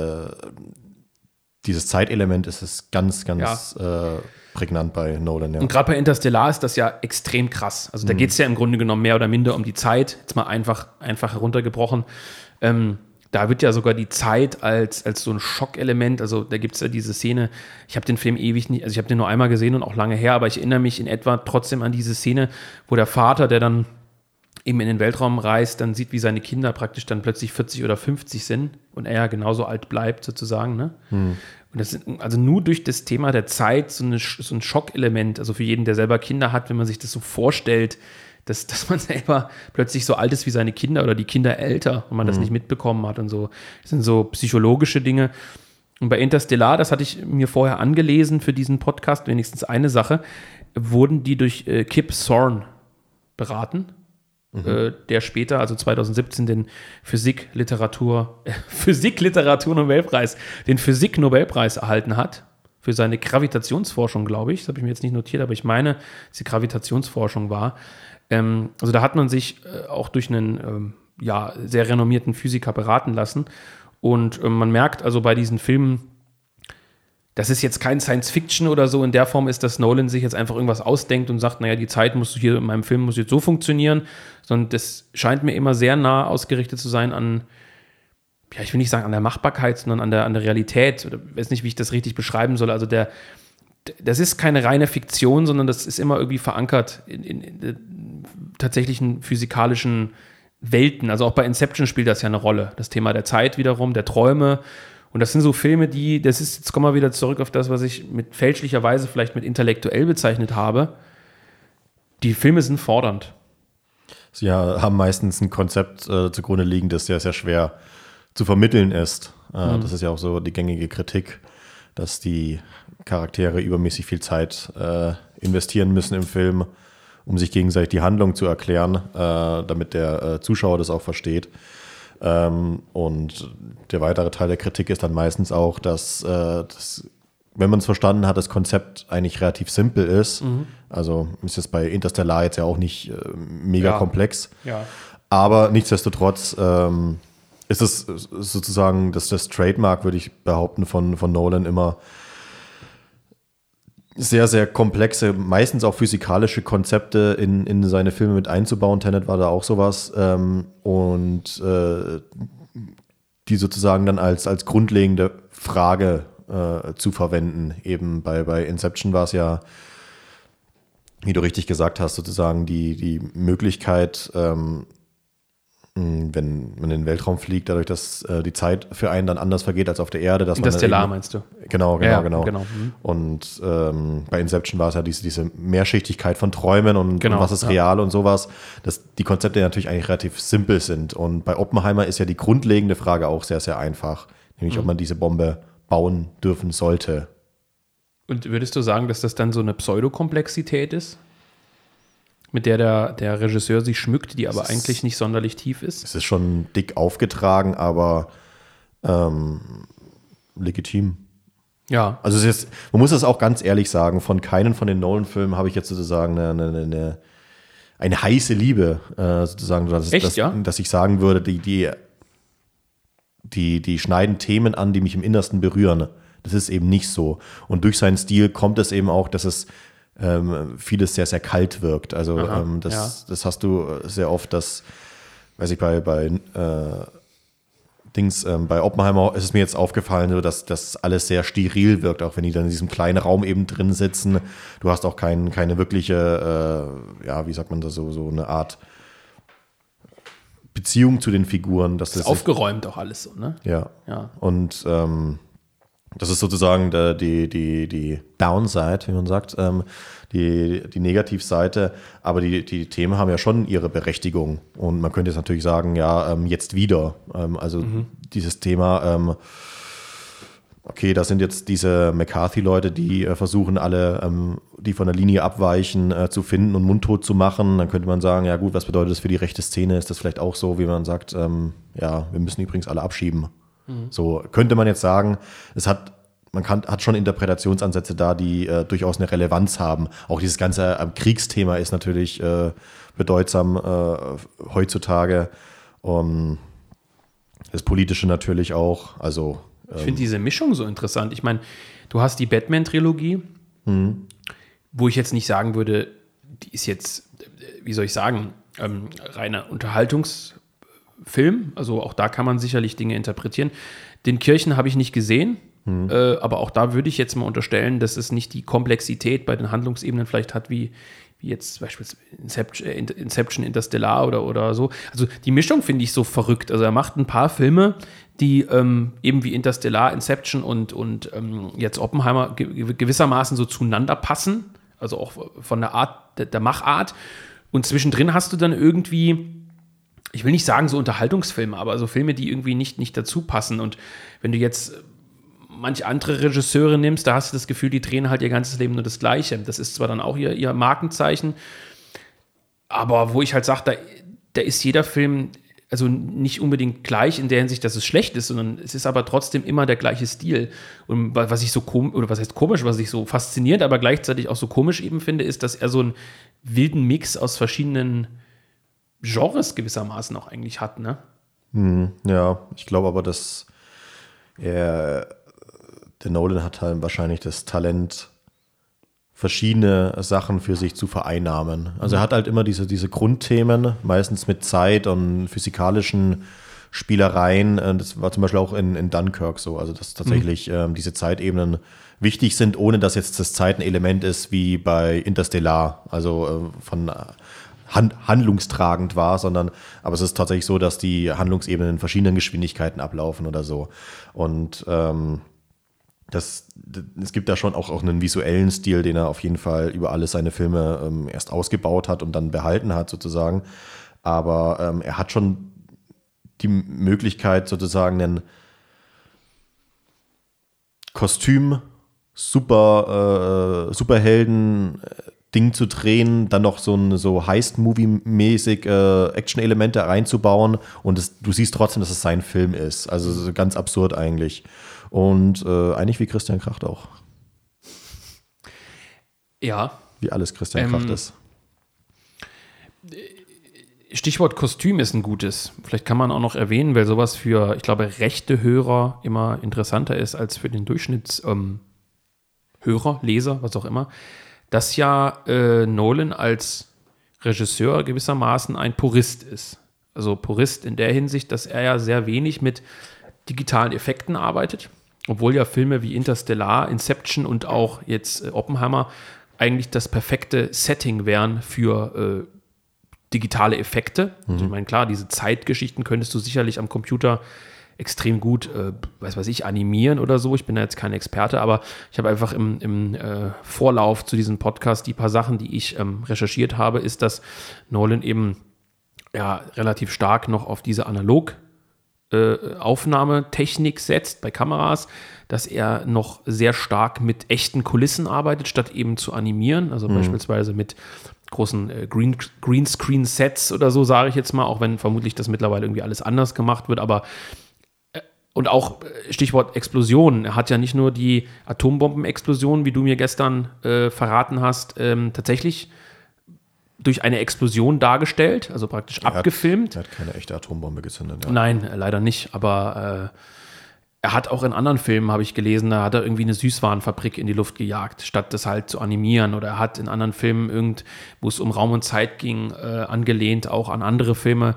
dieses Zeitelement ist es ganz prägnant bei Nolan. Ja. Und gerade bei Interstellar ist das ja extrem krass. Also da geht es ja im Grunde genommen mehr oder minder um die Zeit. Jetzt mal einfach heruntergebrochen. Da wird ja sogar die Zeit als so ein Schockelement, also da gibt es ja diese Szene, ich habe den Film ewig nicht, also ich habe den nur einmal gesehen und auch lange her, aber ich erinnere mich in etwa trotzdem an diese Szene, wo der Vater, der dann eben in den Weltraum reist, dann sieht, wie seine Kinder praktisch dann plötzlich 40 oder 50 sind und er ja genauso alt bleibt sozusagen. Ne? Und das ist also nur durch das Thema der Zeit so ein Schockelement, also für jeden, der selber Kinder hat, wenn man sich das so vorstellt, dass man selber plötzlich so alt ist wie seine Kinder oder die Kinder älter und man das nicht mitbekommen hat und so. Das sind so psychologische Dinge. Und bei Interstellar, das hatte ich mir vorher angelesen für diesen Podcast, wenigstens eine Sache, wurden die durch Kip Thorne beraten, der später, also 2017, den Physik-Literatur-Nobelpreis, den Physik-Nobelpreis erhalten hat. Für seine Gravitationsforschung, glaube ich. Das habe ich mir jetzt nicht notiert, aber ich meine, dass die Gravitationsforschung war. Also da hat man sich auch durch einen sehr renommierten Physiker beraten lassen. Und man merkt also bei diesen Filmen, das ist jetzt kein Science-Fiction oder so in der Form ist, dass Nolan sich jetzt einfach irgendwas ausdenkt und sagt, naja, die Zeit muss hier in meinem Film muss jetzt so funktionieren, sondern das scheint mir immer sehr nah ausgerichtet zu sein an, ja, ich will nicht sagen an der Machbarkeit, sondern an der Realität. Oder ich weiß nicht, wie ich das richtig beschreiben soll. Also das ist keine reine Fiktion, sondern das ist immer irgendwie verankert in tatsächlichen physikalischen Welten. Also auch bei Inception spielt das ja eine Rolle. Das Thema der Zeit wiederum, der Träume. Und das sind so Filme, jetzt kommen wir wieder zurück auf das, was ich mit fälschlicherweise vielleicht mit intellektuell bezeichnet habe. Die Filme sind fordernd. Sie haben meistens ein Konzept zugrunde liegen, das sehr, sehr schwer zu vermitteln ist. Das ist ja auch so die gängige Kritik, dass die Charaktere übermäßig viel Zeit investieren müssen im Film, um sich gegenseitig die Handlung zu erklären, damit der Zuschauer das auch versteht. Und der weitere Teil der Kritik ist dann meistens auch, dass wenn man es verstanden hat, das Konzept eigentlich relativ simpel ist. Also ist es bei Interstellar jetzt ja auch nicht mega komplex. Ja. Aber nichtsdestotrotz ist es sozusagen das Trademark, würde ich behaupten, von Nolan immer sehr, sehr komplexe, meistens auch physikalische Konzepte in seine Filme mit einzubauen. Tenet war da auch sowas. die sozusagen dann als grundlegende Frage zu verwenden. Eben bei Inception war es ja, wie du richtig gesagt hast, sozusagen die Möglichkeit, wenn man in den Weltraum fliegt, dadurch, dass die Zeit für einen dann anders vergeht als auf der Erde. Dass Interstellar meinst du? Genau. Mhm. Und bei Inception war es ja diese Mehrschichtigkeit von Träumen und was ist real und sowas, dass die Konzepte natürlich eigentlich relativ simpel sind. Und bei Oppenheimer ist ja die grundlegende Frage auch sehr, sehr einfach, nämlich ob man diese Bombe bauen dürfen sollte. Und würdest du sagen, dass das dann so eine Pseudokomplexität ist? Mit der Regisseur sich schmückt, die aber eigentlich nicht sonderlich tief ist? Es ist schon dick aufgetragen, aber legitim. Ja. Also es ist, man muss das auch ganz ehrlich sagen, von keinen von den Nolan-Filmen habe ich jetzt sozusagen eine heiße Liebe, sozusagen, dass ich sagen würde, die schneiden Themen an, die mich im Innersten berühren. Das ist eben nicht so. Und durch seinen Stil kommt es eben auch, dass es vieles sehr, sehr kalt wirkt. Also das hast du sehr oft, dass, weiß ich, bei Oppenheimer ist es mir jetzt aufgefallen, so, dass das alles sehr steril wirkt, auch wenn die dann in diesem kleinen Raum eben drin sitzen. Du hast auch keine wirkliche, wie sagt man das, so eine Art Beziehung zu den Figuren. Das ist aufgeräumt auch alles so, ne? Ja. Und das ist sozusagen die Downside, wie man sagt, die Negativseite. Aber die Themen haben ja schon ihre Berechtigung. Und man könnte jetzt natürlich sagen, jetzt wieder. Dieses Thema, okay, das sind jetzt diese McCarthy-Leute, die versuchen alle, die von der Linie abweichen, zu finden und mundtot zu machen. Dann könnte man sagen, ja gut, was bedeutet das für die rechte Szene? Ist das vielleicht auch so, wie man sagt, wir müssen übrigens alle abschieben. So könnte man jetzt sagen, hat schon Interpretationsansätze da, die durchaus eine Relevanz haben. Auch dieses ganze Kriegsthema ist natürlich bedeutsam heutzutage. Das Politische natürlich auch. Also ich finde diese Mischung so interessant. Ich meine, du hast die Batman-Trilogie, wo ich jetzt nicht sagen würde, die ist jetzt, wie soll ich sagen, reiner Unterhaltungsfilm. Also auch da kann man sicherlich Dinge interpretieren. Den Kirchen habe ich nicht gesehen, aber auch da würde ich jetzt mal unterstellen, dass es nicht die Komplexität bei den Handlungsebenen vielleicht hat, wie jetzt beispielsweise Inception, Interstellar oder so. Also die Mischung finde ich so verrückt. Also er macht ein paar Filme, die eben wie Interstellar, Inception und jetzt Oppenheimer gewissermaßen so zueinander passen. Also auch von der Art, der Machart. Und zwischendrin hast du dann irgendwie, ich will nicht sagen so Unterhaltungsfilme, aber so Filme, die irgendwie nicht dazu passen. Und wenn du jetzt manch andere Regisseure nimmst, da hast du das Gefühl, die drehen halt ihr ganzes Leben nur das Gleiche. Das ist zwar dann auch ihr Markenzeichen, aber wo ich halt sage, da ist jeder Film also nicht unbedingt gleich in der Hinsicht, dass es schlecht ist, sondern es ist aber trotzdem immer der gleiche Stil. Und was ich so was ich so faszinierend, aber gleichzeitig auch so komisch eben finde, ist, dass er so einen wilden Mix aus verschiedenen Genres gewissermaßen auch eigentlich hat, ne? Ja, ich glaube aber, dass der Nolan hat halt wahrscheinlich das Talent, verschiedene Sachen für sich zu vereinnahmen. Also er hat halt immer diese Grundthemen, meistens mit Zeit und physikalischen Spielereien. Das war zum Beispiel auch in Dunkirk so, also dass tatsächlich diese Zeitebenen wichtig sind, ohne dass jetzt das Zeit ein Element ist wie bei Interstellar, also von handlungstragend war, aber es ist tatsächlich so, dass die Handlungsebenen in verschiedenen Geschwindigkeiten ablaufen oder so. Und es gibt da schon auch einen visuellen Stil, den er auf jeden Fall über alle seine Filme erst ausgebaut hat und dann behalten hat sozusagen. Aber er hat schon die Möglichkeit sozusagen einen Kostüm, Superhelden-Ding zu drehen, dann noch so Heist-Movie-mäßig Action-Elemente reinzubauen und du siehst trotzdem, dass es sein Film ist. Also ganz absurd eigentlich. Und eigentlich wie Christian Kracht auch. Ja. Wie alles Christian Kracht ist. Stichwort Kostüm ist ein gutes. Vielleicht kann man auch noch erwähnen, weil sowas für, ich glaube, rechte Hörer immer interessanter ist als für den Durchschnittshörer, Leser, was auch immer, dass ja Nolan als Regisseur gewissermaßen ein Purist ist. also Purist in der Hinsicht, dass er ja sehr wenig mit digitalen Effekten arbeitet, obwohl ja Filme wie Interstellar, Inception und auch jetzt Oppenheimer eigentlich das perfekte Setting wären für digitale Effekte. Also ich meine, klar, diese Zeitgeschichten könntest du sicherlich am Computer extrem gut, animieren oder so. Ich bin da jetzt kein Experte, aber ich habe einfach im Vorlauf zu diesem Podcast die paar Sachen, die ich recherchiert habe, ist, dass Nolan eben ja relativ stark noch auf diese Aufnahmetechnik setzt bei Kameras, dass er noch sehr stark mit echten Kulissen arbeitet, statt eben zu animieren, also beispielsweise mit großen Greenscreen-Sets oder so, sage ich jetzt mal, auch wenn vermutlich das mittlerweile irgendwie alles anders gemacht wird, aber und auch Stichwort Explosionen. Er hat ja nicht nur die Atombombenexplosion, wie du mir gestern verraten hast, tatsächlich durch eine Explosion dargestellt, also praktisch abgefilmt. Er hat keine echte Atombombe gezündet. Ja. Nein, leider nicht, aber er hat auch in anderen Filmen, habe ich gelesen, da hat er irgendwie eine Süßwarenfabrik in die Luft gejagt, statt das halt zu animieren. Oder er hat in anderen Filmen, wo es um Raum und Zeit ging, angelehnt auch an andere Filme,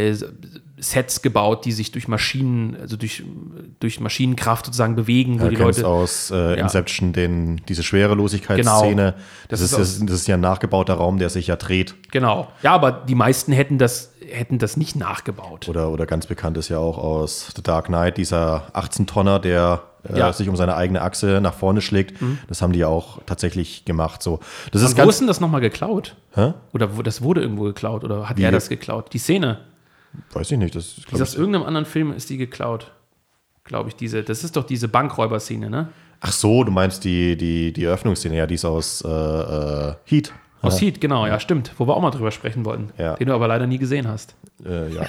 Sets gebaut, die sich durch Maschinen, also durch Maschinenkraft sozusagen bewegen, wo die Leute aus Inception diese Schwerelosigkeitsszene. Genau. Das ist ja ein nachgebauter Raum, der sich ja dreht. Genau. Ja, aber die meisten hätten das nicht nachgebaut. Oder ganz bekannt ist ja auch aus The Dark Knight, dieser 18-Tonner, der sich um seine eigene Achse nach vorne schlägt. Das haben die ja auch tatsächlich gemacht. So. Wo ist denn das nochmal geklaut? Hä? Oder das wurde irgendwo geklaut? Oder hat er das geklaut? Die Szene? Weiß ich nicht. Aus irgendeinem anderen Film ist die geklaut. Glaube ich, das ist doch diese Bankräuber-Szene, ne? Ach so, du meinst die Eröffnungsszene, ja, die ist aus Heat. Aus Heat, genau, ja, stimmt. Wo wir auch mal drüber sprechen wollten. Ja. Den du aber leider nie gesehen hast. Ja.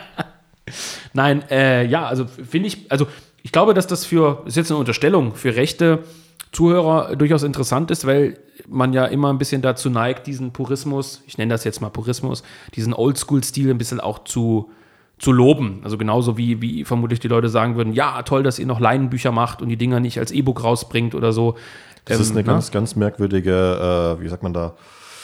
Nein, also finde ich, ich glaube, dass das ist jetzt eine Unterstellung, für rechte Zuhörer durchaus interessant ist, weil man ja immer ein bisschen dazu neigt, diesen Purismus, ich nenne das jetzt mal Purismus, diesen Oldschool-Stil ein bisschen auch zu loben. Also genauso wie vermutlich die Leute sagen würden, ja, toll, dass ihr noch Leinenbücher macht und die Dinger nicht als E-Book rausbringt oder so. Das ist eine ganz, ganz merkwürdige, wie sagt man da,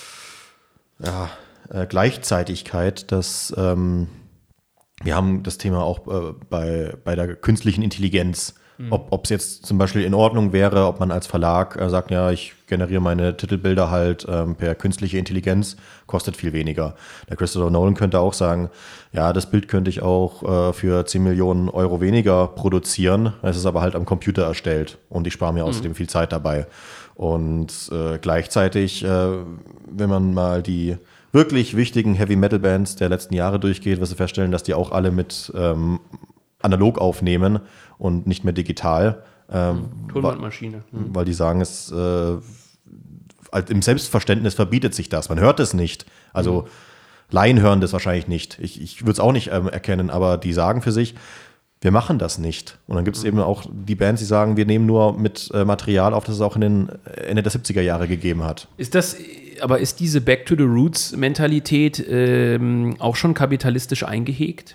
Gleichzeitigkeit, dass wir haben das Thema auch bei der künstlichen Intelligenz. Ob es jetzt zum Beispiel in Ordnung wäre, ob man als Verlag sagt, ja, ich generiere meine Titelbilder halt per künstliche Intelligenz, kostet viel weniger. Der Christopher Nolan könnte auch sagen, ja, das Bild könnte ich auch für 10 Millionen Euro weniger produzieren, es ist aber halt am Computer erstellt und ich spare mir außerdem viel Zeit dabei. Und gleichzeitig, wenn man mal die wirklich wichtigen Heavy-Metal-Bands der letzten Jahre durchgeht, wirst du feststellen, dass die auch alle mit analog aufnehmen und nicht mehr digital. Tonbandmaschine. Weil die sagen, es im Selbstverständnis verbietet sich das. Man hört es nicht. Also Laien hören das wahrscheinlich nicht. Ich würde es auch nicht erkennen, aber die sagen für sich, wir machen das nicht. Und dann gibt es eben auch die Bands, die sagen, wir nehmen nur mit Material auf, das es auch in den Ende der 70er Jahre gegeben hat. Ist diese Back-to-the-Roots-Mentalität auch schon kapitalistisch eingehegt?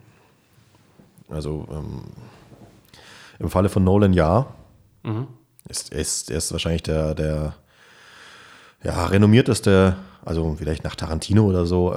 Also im Falle von Nolan ja. Er ist wahrscheinlich der renommierteste, also vielleicht nach Tarantino oder so,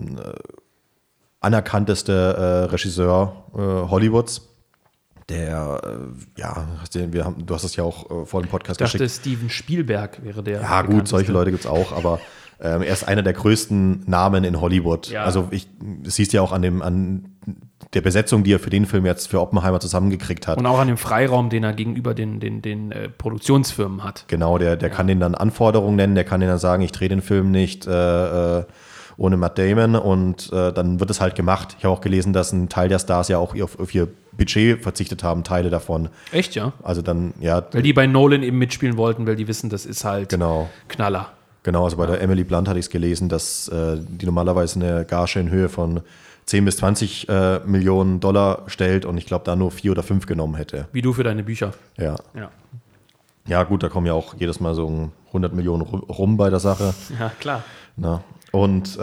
anerkannteste Regisseur Hollywoods. Du hast es ja auch vor dem Podcast geschickt. Ich dachte, Steven Spielberg wäre der. Ja gut, solche Leute gibt es auch, aber er ist einer der größten Namen in Hollywood. Ja. Also das siehst du ja auch an der Besetzung, die er für den Film jetzt für Oppenheimer zusammengekriegt hat. Und auch an dem Freiraum, den er gegenüber den Produktionsfirmen hat. Genau, der kann den dann Anforderungen nennen, der kann denen dann sagen, ich drehe den Film nicht ohne Matt Damon und dann wird es halt gemacht. Ich habe auch gelesen, dass ein Teil der Stars ja auch auf ihr Budget verzichtet haben, Teile davon. Echt, ja? Also dann, ja. Weil die bei Nolan eben mitspielen wollten, weil die wissen, das ist halt Knaller. Genau, also bei der Emily Blunt hatte ich es gelesen, dass die normalerweise eine Gage in Höhe von 10 bis 20 Millionen Dollar stellt und ich glaube, da nur 4 oder 5 genommen hätte. Wie du für deine Bücher. Ja. Ja, gut, da kommen ja auch jedes Mal so 100 Millionen rum bei der Sache. Ja, klar. Na, und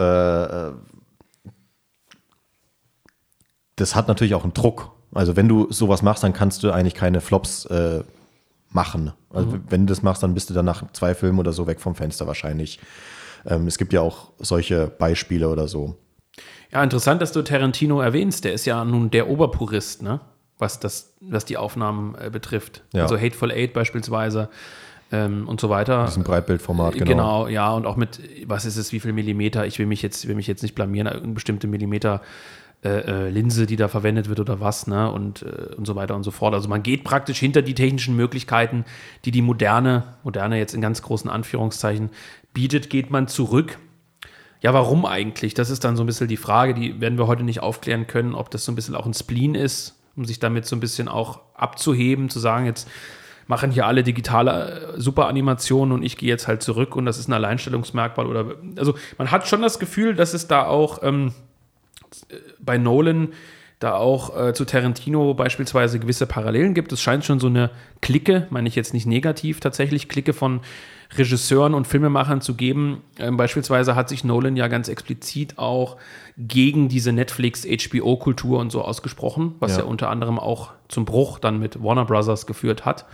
das hat natürlich auch einen Druck. Also wenn du sowas machst, dann kannst du eigentlich keine Flops machen. Also wenn du das machst, dann bist du dann nach 2 Filmen oder so weg vom Fenster wahrscheinlich. Es gibt ja auch solche Beispiele oder so. Ja, interessant, dass du Tarantino erwähnst. Der ist ja nun der Oberpurist, ne? Was die Aufnahmen betrifft. Ja. Also Hateful Eight beispielsweise und so weiter. Das ist ein Breitbildformat, genau. Genau, ja, und auch mit, was ist es, wie viel Millimeter? Ich will mich jetzt nicht blamieren, eine bestimmte Millimeter Linse, die da verwendet wird oder was, ne? Und so weiter und so fort. Also man geht praktisch hinter die technischen Möglichkeiten, die moderne jetzt in ganz großen Anführungszeichen bietet, geht man zurück. Ja, warum eigentlich? Das ist dann so ein bisschen die Frage, die werden wir heute nicht aufklären können, ob das so ein bisschen auch ein Spleen ist, um sich damit so ein bisschen auch abzuheben, zu sagen, jetzt machen hier alle digitale Superanimationen und ich gehe jetzt halt zurück und das ist ein Alleinstellungsmerkmal. Also man hat schon das Gefühl, dass es da auch bei Nolan da auch zu Tarantino beispielsweise gewisse Parallelen gibt. Es scheint schon so eine Clique, meine ich jetzt nicht negativ, tatsächlich Clique von Regisseuren und Filmemachern zu geben. Beispielsweise hat sich Nolan ja ganz explizit auch gegen diese Netflix-HBO-Kultur und so ausgesprochen, was ja unter anderem auch zum Bruch dann mit Warner Brothers geführt hat.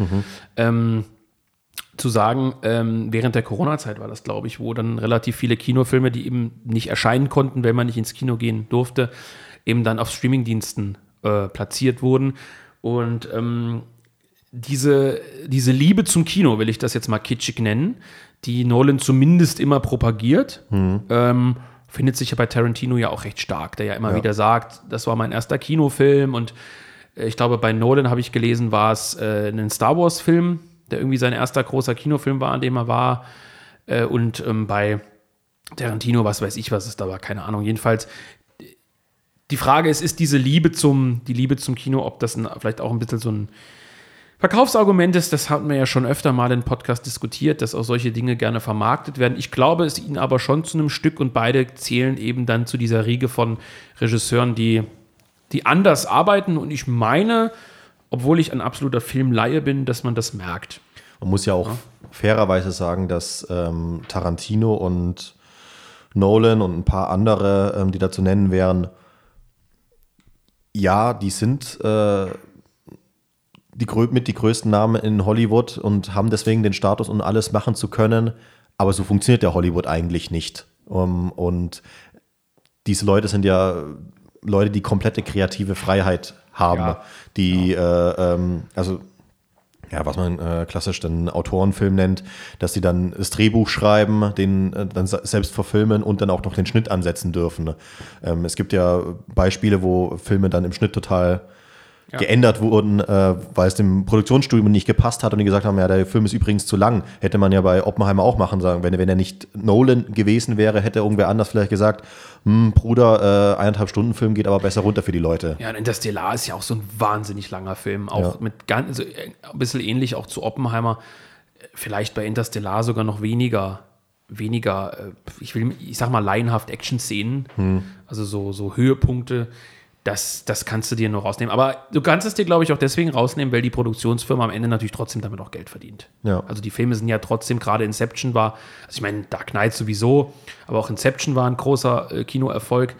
Zu sagen, während der Corona-Zeit war das, glaube ich, wo dann relativ viele Kinofilme, die eben nicht erscheinen konnten, wenn man nicht ins Kino gehen durfte, eben dann auf Streamingdiensten platziert wurden. Und diese Liebe zum Kino, will ich das jetzt mal kitschig nennen, die Nolan zumindest immer propagiert, findet sich ja bei Tarantino ja auch recht stark, der ja immer wieder sagt, das war mein erster Kinofilm und ich glaube, bei Nolan habe ich gelesen, war es ein Star Wars-Film, der irgendwie sein erster großer Kinofilm war, an dem er war. Und bei Tarantino, was weiß ich, was es da war, keine Ahnung. Jedenfalls, die Frage ist die Liebe zum Kino, ob das vielleicht auch ein bisschen so ein Verkaufsargument ist, das hatten wir ja schon öfter mal im Podcast diskutiert, dass auch solche Dinge gerne vermarktet werden. Ich glaube es ihnen aber schon zu einem Stück und beide zählen eben dann zu dieser Riege von Regisseuren, die anders arbeiten und ich meine, obwohl ich ein absoluter Filmlaie bin, dass man das merkt. Man muss ja auch fairerweise sagen, dass Tarantino und Nolan und ein paar andere, die da zu nennen wären, ja, die sind mit die größten Namen in Hollywood und haben deswegen den Status, um alles machen zu können. Aber so funktioniert ja Hollywood eigentlich nicht. Und diese Leute sind ja Leute, die komplette kreative Freiheit haben, die, was man klassisch den Autorenfilm nennt, dass sie dann das Drehbuch schreiben, den dann selbst verfilmen und dann auch noch den Schnitt ansetzen dürfen. Es gibt ja Beispiele, wo Filme dann im Schnitt total geändert wurden, weil es dem Produktionsstudio nicht gepasst hat und die gesagt haben, ja, der Film ist übrigens zu lang. Hätte man ja bei Oppenheimer auch machen sagen, wenn er nicht Nolan gewesen wäre, hätte irgendwer anders vielleicht gesagt, Bruder, 1,5 Stunden Film geht aber besser runter für die Leute. Ja, und Interstellar ist ja auch so ein wahnsinnig langer Film, auch mit also ein bisschen ähnlich auch zu Oppenheimer, vielleicht bei Interstellar sogar noch weniger, ich sag mal laienhaft Action-Szenen, also so Höhepunkte. Das kannst du dir nur rausnehmen. Aber du kannst es dir, glaube ich, auch deswegen rausnehmen, weil die Produktionsfirma am Ende natürlich trotzdem damit auch Geld verdient. Ja. Also die Filme sind ja trotzdem, gerade Inception war, also ich meine, Dark Knight sowieso, aber auch Inception war ein großer Kinoerfolg.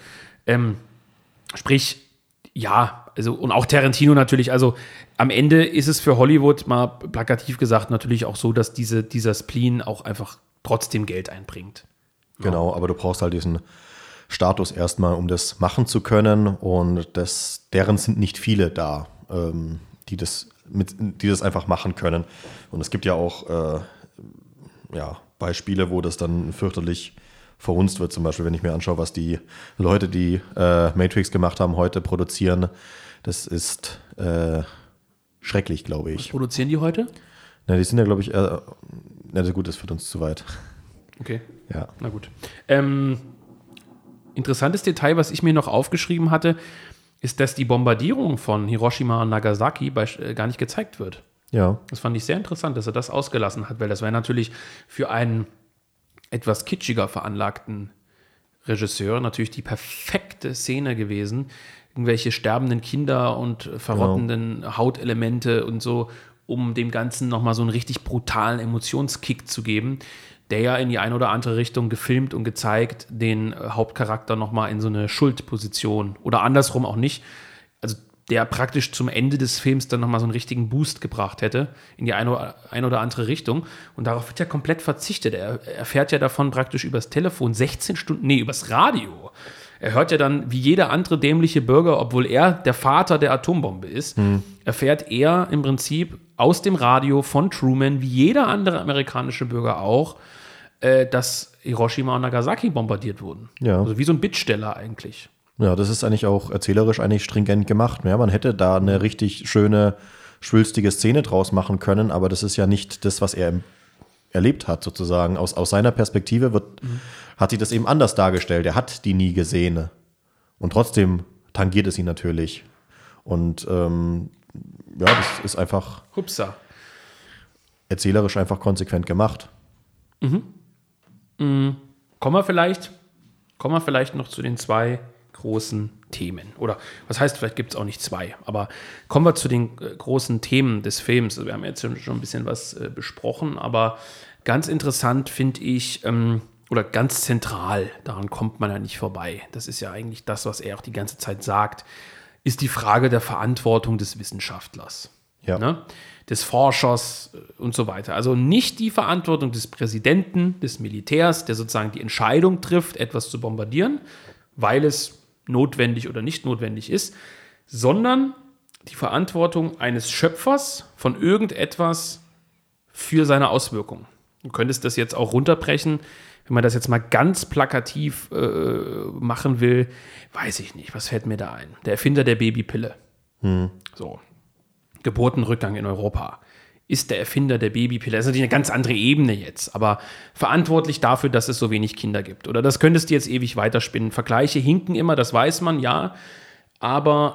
Sprich, ja, also und auch Tarantino natürlich, also am Ende ist es für Hollywood, mal plakativ gesagt, natürlich auch so, dass dieser Spleen auch einfach trotzdem Geld einbringt. Genau, aber du brauchst halt diesen Status erstmal, um das machen zu können und deren sind nicht viele da, die das einfach machen können. Und es gibt ja auch Beispiele, wo das dann fürchterlich verhunzt wird. Zum Beispiel, wenn ich mir anschaue, was die Leute, die Matrix gemacht haben, heute produzieren, das ist schrecklich, glaube ich. Was produzieren die heute? Na, die sind ja, glaube ich, gut, das führt uns zu weit. Okay. Ja. Na gut. Interessantes Detail, was ich mir noch aufgeschrieben hatte, ist, dass die Bombardierung von Hiroshima und Nagasaki gar nicht gezeigt wird. Ja. Das fand ich sehr interessant, dass er das ausgelassen hat, weil das wäre natürlich für einen etwas kitschiger veranlagten Regisseur natürlich die perfekte Szene gewesen. Irgendwelche sterbenden Kinder und verrottenden Hautelemente und so, um dem Ganzen nochmal so einen richtig brutalen Emotionskick zu geben, der ja in die eine oder andere Richtung gefilmt und gezeigt den Hauptcharakter nochmal in so eine Schuldposition oder andersrum auch nicht, also der praktisch zum Ende des Films dann nochmal so einen richtigen Boost gebracht hätte in die eine oder andere Richtung und darauf wird ja komplett verzichtet. Er erfährt ja davon praktisch übers Telefon übers Radio, Er hört ja dann, wie jeder andere dämliche Bürger, obwohl er der Vater der Atombombe ist, erfährt er im Prinzip aus dem Radio von Truman, wie jeder andere amerikanische Bürger auch, dass Hiroshima und Nagasaki bombardiert wurden. Ja. Also wie so ein Bittsteller eigentlich. Ja, das ist eigentlich auch erzählerisch eigentlich stringent gemacht. Ja, man hätte da eine richtig schöne, schwülstige Szene draus machen können, aber das ist ja nicht das, was er erlebt hat, sozusagen. Aus seiner Perspektive hat sich das eben anders dargestellt. Er hat die nie gesehen. Und trotzdem tangiert es ihn natürlich. Und das ist einfach erzählerisch einfach konsequent gemacht. Kommen wir vielleicht noch zu den 2 großen Themen. Oder was heißt, vielleicht gibt es auch nicht 2, aber kommen wir zu den großen Themen des Films. Also wir haben jetzt schon ein bisschen was besprochen, aber ganz interessant finde ich, oder ganz zentral, daran kommt man ja nicht vorbei. Das ist ja eigentlich das, was er auch die ganze Zeit sagt, ist die Frage der Verantwortung des Wissenschaftlers, des Forschers und so weiter. Also nicht die Verantwortung des Präsidenten, des Militärs, der sozusagen die Entscheidung trifft, etwas zu bombardieren, weil es notwendig oder nicht notwendig ist, sondern die Verantwortung eines Schöpfers von irgendetwas für seine Auswirkungen. Du könntest das jetzt auch runterbrechen, wenn man das jetzt mal ganz plakativ machen will, weiß ich nicht, was fällt mir da ein? Der Erfinder der Babypille. So. Geburtenrückgang in Europa. Ist der Erfinder der Babypille. Das ist natürlich eine ganz andere Ebene jetzt, aber verantwortlich dafür, dass es so wenig Kinder gibt. Oder das könntest du jetzt ewig weiterspinnen. Vergleiche hinken immer, das weiß man, ja. Aber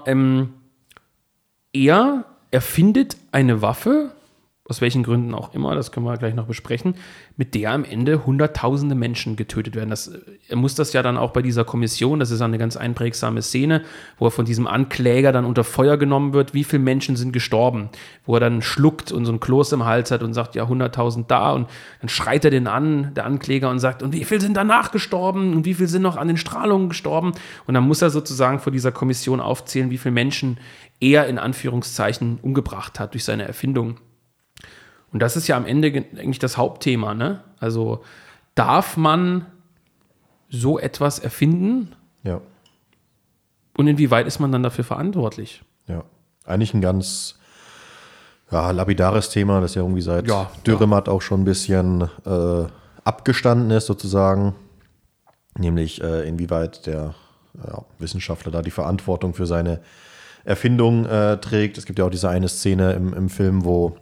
er erfindet eine Waffe, aus welchen Gründen auch immer, das können wir gleich noch besprechen, mit der am Ende hunderttausende Menschen getötet werden. Er muss das ja dann auch bei dieser Kommission, das ist eine ganz einprägsame Szene, wo er von diesem Ankläger dann unter Feuer genommen wird, wie viele Menschen sind gestorben, wo er dann schluckt und so ein Kloß im Hals hat und sagt, ja, 100.000 da, und dann schreit er den an, der Ankläger, und sagt, und wie viele sind danach gestorben und wie viele sind noch an den Strahlungen gestorben, und dann muss er sozusagen vor dieser Kommission aufzählen, wie viele Menschen er in Anführungszeichen umgebracht hat durch seine Erfindung. Und das ist ja am Ende eigentlich das Hauptthema, ne? Also darf man so etwas erfinden? Ja. Und inwieweit ist man dann dafür verantwortlich? Ja, eigentlich ein ganz lapidares Thema, das ja irgendwie seit Dürrematt auch schon ein bisschen abgestanden ist sozusagen. Nämlich inwieweit der Wissenschaftler da die Verantwortung für seine Erfindung trägt. Es gibt ja auch diese eine Szene im Film, wo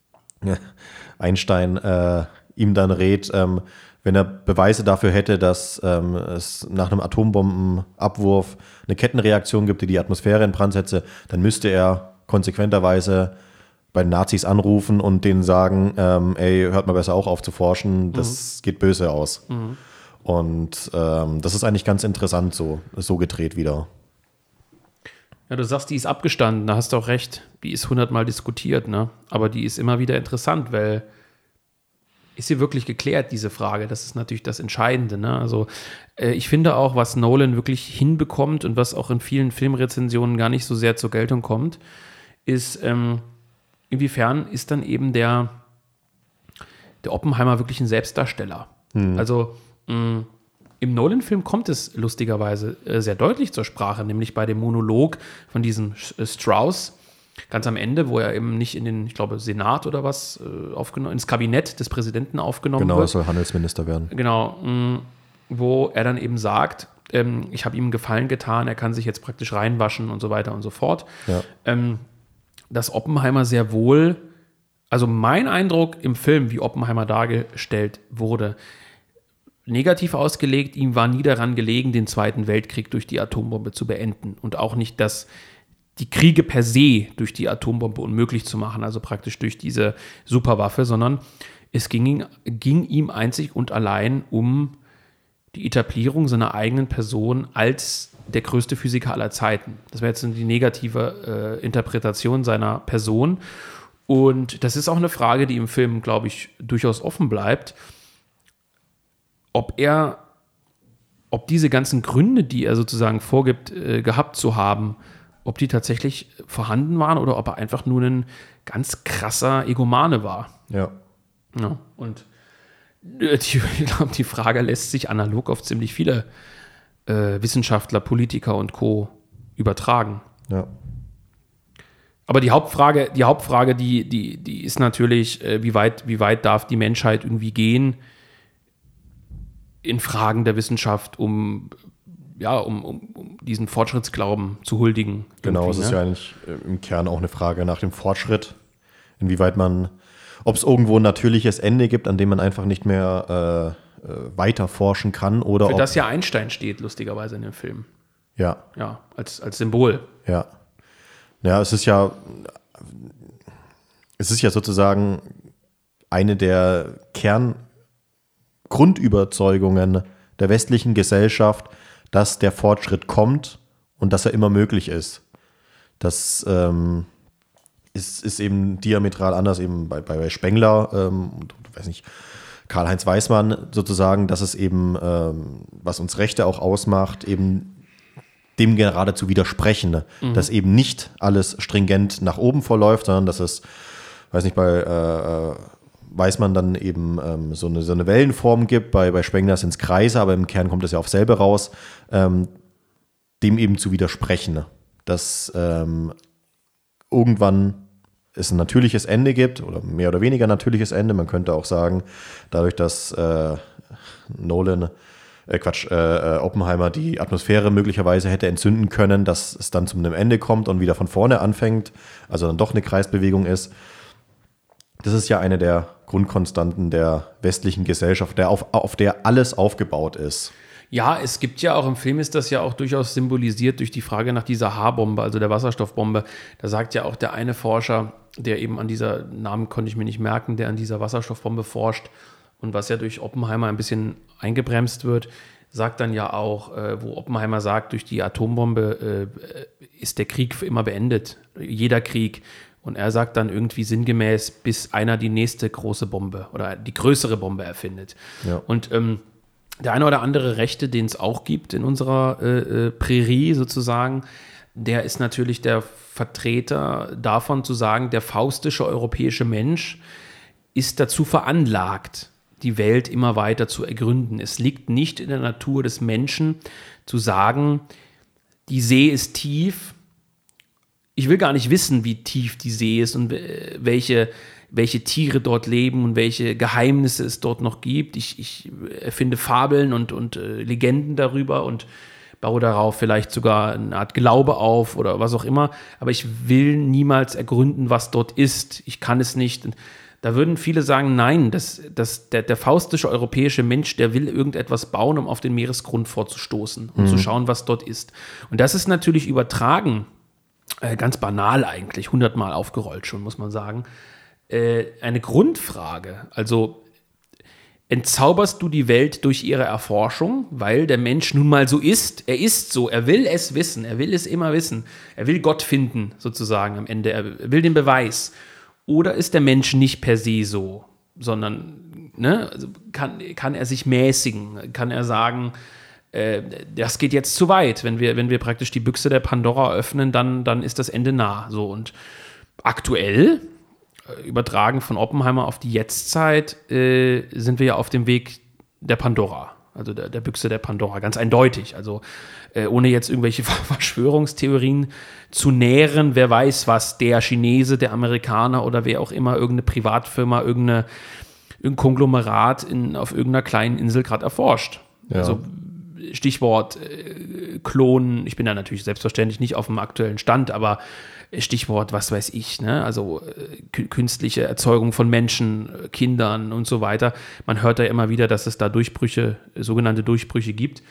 Einstein ihm dann rät, wenn er Beweise dafür hätte, dass es nach einem Atombombenabwurf eine Kettenreaktion gibt, die die Atmosphäre in Brand setze, dann müsste er konsequenterweise bei den Nazis anrufen und denen sagen, hört mal besser auch auf zu forschen, das geht böse aus. Und das ist eigentlich ganz interessant, so gedreht wieder. Ja, du sagst, die ist abgestanden, da hast du auch recht. Die ist 100-mal diskutiert, ne? Aber die ist immer wieder interessant, weil ist sie wirklich geklärt, diese Frage? Das ist natürlich das Entscheidende, ne? Also ich finde auch, was Nolan wirklich hinbekommt und was auch in vielen Filmrezensionen gar nicht so sehr zur Geltung kommt, ist, inwiefern ist dann eben der Oppenheimer wirklich ein Selbstdarsteller? Also im Nolan-Film kommt es lustigerweise sehr deutlich zur Sprache, nämlich bei dem Monolog von diesem Strauss, ganz am Ende, wo er eben nicht in den, ich glaube, Senat oder was ins Kabinett des Präsidenten aufgenommen wird. Genau, er soll Handelsminister werden. Genau, wo er dann eben sagt, ich habe ihm einen Gefallen getan, er kann sich jetzt praktisch reinwaschen und so weiter und so fort. Ja. Dass Oppenheimer sehr wohl, also mein Eindruck im Film, wie Oppenheimer dargestellt wurde, negativ ausgelegt, ihm war nie daran gelegen, den Zweiten Weltkrieg durch die Atombombe zu beenden und auch nicht, dass die Kriege per se durch die Atombombe unmöglich zu machen, also praktisch durch diese Superwaffe, sondern es ging ihm einzig und allein um die Etablierung seiner eigenen Person als der größte Physiker aller Zeiten. Das wäre jetzt die negative Interpretation seiner Person. Und das ist auch eine Frage, die im Film, glaube ich, durchaus offen bleibt, ob diese ganzen Gründe, die er sozusagen vorgibt, gehabt zu haben, ob die tatsächlich vorhanden waren oder ob er einfach nur ein ganz krasser Egomane war. Ja. Und ich glaube, die Frage lässt sich analog auf ziemlich viele Wissenschaftler, Politiker und Co. übertragen. Ja. Aber die Hauptfrage, die ist natürlich, wie weit darf die Menschheit irgendwie gehen in Fragen der Wissenschaft, um diesen Fortschrittsglauben zu huldigen. Genau, es ist ja eigentlich im Kern auch eine Frage nach dem Fortschritt, inwieweit ob es irgendwo ein natürliches Ende gibt, an dem man einfach nicht mehr weiter forschen kann. Oder für das ja Einstein steht, lustigerweise in dem Film. Ja. Ja, als Symbol. Ja. Ja, es ist ja sozusagen eine der Kerngrundüberzeugungen der westlichen Gesellschaft, dass der Fortschritt kommt und dass er immer möglich ist. Das ist eben diametral anders eben bei Spengler, weiß nicht, Karl-Heinz Weismann sozusagen, dass es eben, was uns Rechte auch ausmacht, eben dem geradezu widersprechen, dass eben nicht alles stringent nach oben verläuft, sondern dass es, weiß nicht, bei Weismann dann eben so eine Wellenform gibt, bei Spengler sind es Kreise, aber im Kern kommt es ja auf selbe raus, dem eben zu widersprechen, dass irgendwann es ein natürliches Ende gibt oder mehr oder weniger natürliches Ende. Man könnte auch sagen, dadurch, dass Oppenheimer die Atmosphäre möglicherweise hätte entzünden können, dass es dann zu einem Ende kommt und wieder von vorne anfängt, also dann doch eine Kreisbewegung ist. Das ist ja eine der Grundkonstanten der westlichen Gesellschaft, auf der alles aufgebaut ist. Ja, es gibt ja auch im Film, ist das ja auch durchaus symbolisiert durch die Frage nach dieser H-Bombe, also der Wasserstoffbombe. Da sagt ja auch der eine Forscher, der eben an dieser, Namen konnte ich mir nicht merken, der an dieser Wasserstoffbombe forscht und was ja durch Oppenheimer ein bisschen eingebremst wird, sagt dann ja auch, wo Oppenheimer sagt, durch die Atombombe ist der Krieg für immer beendet, jeder Krieg. Und er sagt dann irgendwie sinngemäß, bis einer die nächste große Bombe oder die größere Bombe erfindet. Ja. Und der eine oder andere Rechte, den es auch gibt in unserer Prärie sozusagen, der ist natürlich der Vertreter davon zu sagen, der faustische europäische Mensch ist dazu veranlagt, die Welt immer weiter zu ergründen. Es liegt nicht in der Natur des Menschen zu sagen, die See ist tief. Ich will gar nicht wissen, wie tief die See ist und welche Tiere dort leben und welche Geheimnisse es dort noch gibt. Ich erfinde Fabeln und Legenden darüber und baue darauf vielleicht sogar eine Art Glaube auf oder was auch immer. Aber ich will niemals ergründen, was dort ist. Ich kann es nicht. Da würden viele sagen, nein, der faustische europäische Mensch, der will irgendetwas bauen, um auf den Meeresgrund vorzustoßen und zu schauen, was dort ist. Und das ist natürlich übertragen, ganz banal eigentlich, 100-mal aufgerollt schon, muss man sagen, eine Grundfrage. Also entzauberst du die Welt durch ihre Erforschung, weil der Mensch nun mal so ist. Er ist so, er will es wissen, er will es immer wissen. Er will Gott finden, sozusagen am Ende. Er will den Beweis. Oder ist der Mensch nicht per se so, sondern also kann er sich mäßigen? Kann er sagen, das geht jetzt zu weit. Wenn wir praktisch die Büchse der Pandora öffnen, dann ist das Ende nah. So, und aktuell übertragen von Oppenheimer auf die Jetztzeit, sind wir ja auf dem Weg der Pandora, also der Büchse der Pandora, ganz eindeutig. Also ohne jetzt irgendwelche Verschwörungstheorien zu nähren, wer weiß, was der Chinese, der Amerikaner oder wer auch immer, irgendeine Privatfirma, irgendein Konglomerat auf irgendeiner kleinen Insel gerade erforscht. Ja. Also Stichwort Klonen, ich bin da natürlich selbstverständlich nicht auf dem aktuellen Stand, aber Stichwort, was weiß ich, ne? Also künstliche Erzeugung von Menschen, Kindern und so weiter. Man hört ja immer wieder, dass es da sogenannte Durchbrüche gibt.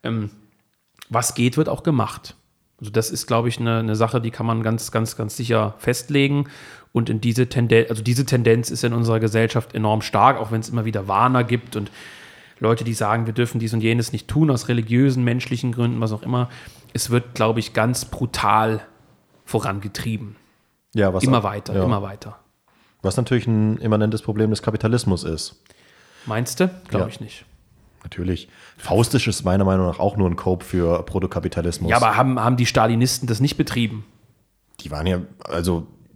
Was geht, wird auch gemacht. Also das ist, glaube ich, eine Sache, die kann man ganz, ganz, ganz sicher festlegen. Und diese Tendenz ist in unserer Gesellschaft enorm stark, auch wenn es immer wieder Warner gibt und Leute, die sagen, wir dürfen dies und jenes nicht tun, aus religiösen, menschlichen Gründen, was auch immer. Es wird, glaube ich, ganz brutal vorangetrieben. Ja, immer weiter. Was natürlich ein immanentes Problem des Kapitalismus ist. Meinst du? Glaube ich nicht. Natürlich. Faustisch ist meiner Meinung nach auch nur ein Cope für Protokapitalismus. Ja, aber haben die Stalinisten das nicht betrieben? Die waren ja, also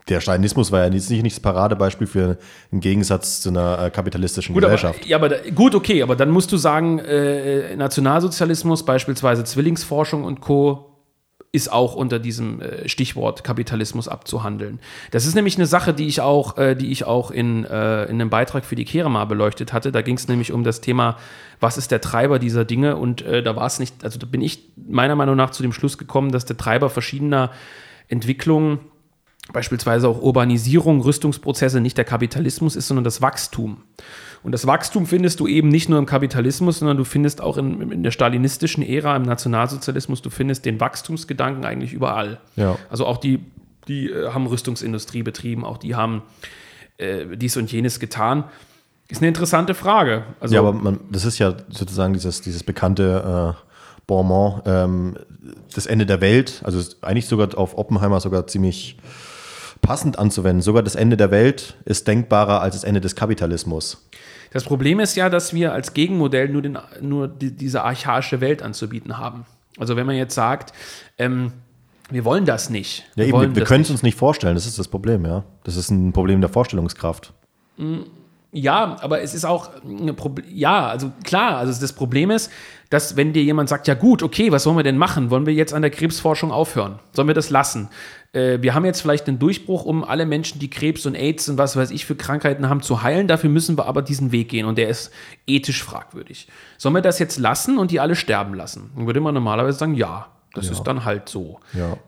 der Stalinismus war ja nicht das Paradebeispiel für einen Gegensatz zu einer kapitalistischen Gesellschaft. Aber dann musst du sagen, Nationalsozialismus, beispielsweise Zwillingsforschung und Co., ist auch unter diesem Stichwort Kapitalismus abzuhandeln. Das ist nämlich eine Sache, die ich auch in einem Beitrag für die Kehre mal beleuchtet hatte. Da ging es nämlich um das Thema, was ist der Treiber dieser Dinge? Und da bin ich meiner Meinung nach zu dem Schluss gekommen, dass der Treiber verschiedener Entwicklungen, beispielsweise auch Urbanisierung, Rüstungsprozesse, nicht der Kapitalismus ist, sondern das Wachstum. Und das Wachstum findest du eben nicht nur im Kapitalismus, sondern du findest auch in der stalinistischen Ära, im Nationalsozialismus, du findest den Wachstumsgedanken eigentlich überall. Ja. Also auch die haben Rüstungsindustrie betrieben, auch die haben dies und jenes getan. Ist eine interessante Frage. Also, ja, aber das ist ja sozusagen dieses bekannte Bonmot, das Ende der Welt, also ist eigentlich sogar auf Oppenheimer sogar ziemlich passend anzuwenden. Sogar das Ende der Welt ist denkbarer als das Ende des Kapitalismus. Das Problem ist ja, dass wir als Gegenmodell nur diese archaische Welt anzubieten haben. Also wenn man jetzt sagt, wir wollen das nicht. Wir können es uns nicht vorstellen, das ist das Problem, ja. Das ist ein Problem der Vorstellungskraft. Ja, aber es ist auch ein Problem. Ja, also klar, also das Problem ist, dass wenn dir jemand sagt, ja gut, okay, was wollen wir denn machen? Wollen wir jetzt an der Krebsforschung aufhören? Sollen wir das lassen? Wir haben jetzt vielleicht einen Durchbruch, um alle Menschen, die Krebs und AIDS und was weiß ich für Krankheiten haben, zu heilen. Dafür müssen wir aber diesen Weg gehen und der ist ethisch fragwürdig. Sollen wir das jetzt lassen und die alle sterben lassen? Dann würde man normalerweise sagen, ja, das ist dann halt so.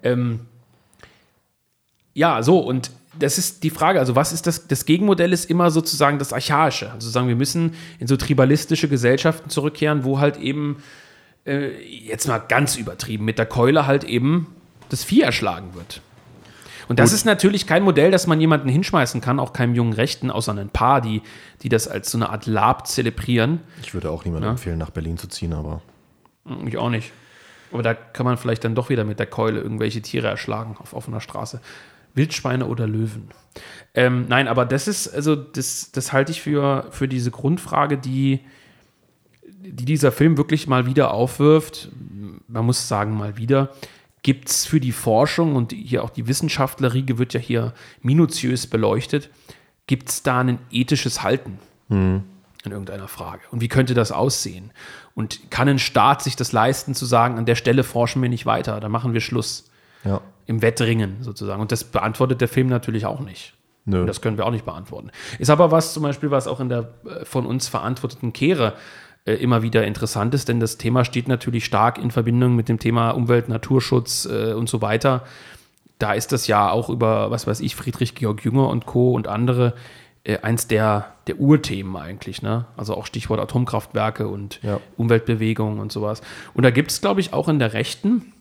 Ja. Und das ist die Frage, also was ist das Gegenmodell ist immer sozusagen das Archaische. Also sagen, wir müssen in so tribalistische Gesellschaften zurückkehren, wo halt eben, jetzt mal ganz übertrieben, mit der Keule halt eben das Vieh erschlagen wird. Und das ist natürlich kein Modell, das man jemanden hinschmeißen kann, auch keinem jungen Rechten, außer ein paar, die das als so eine Art Lab zelebrieren. Ich würde auch niemandem empfehlen, nach Berlin zu ziehen, aber... Ich auch nicht. Aber da kann man vielleicht dann doch wieder mit der Keule irgendwelche Tiere erschlagen auf offener Straße. Wildschweine oder Löwen. Nein, aber das ist, also das halte ich für diese Grundfrage, die dieser Film wirklich mal wieder aufwirft. Man muss sagen, mal wieder. Gibt es für die Forschung und hier auch die Wissenschaftlerriege wird ja hier minutiös beleuchtet, gibt es da ein ethisches Halten in irgendeiner Frage? Und wie könnte das aussehen? Und kann ein Staat sich das leisten, zu sagen, an der Stelle forschen wir nicht weiter, da machen wir Schluss? Ja. Im Wettringen sozusagen. Und das beantwortet der Film natürlich auch nicht. Nö. Und das können wir auch nicht beantworten. Ist aber was zum Beispiel, was auch in der von uns verantworteten Kehre immer wieder interessant ist, denn das Thema steht natürlich stark in Verbindung mit dem Thema Umwelt, Naturschutz und so weiter. Da ist das ja auch über, was weiß ich, Friedrich Georg Jünger und Co. und andere eins der Urthemen eigentlich, ne? Also auch Stichwort Atomkraftwerke und Umweltbewegung und sowas. Und da gibt es, glaube ich, auch in der Rechten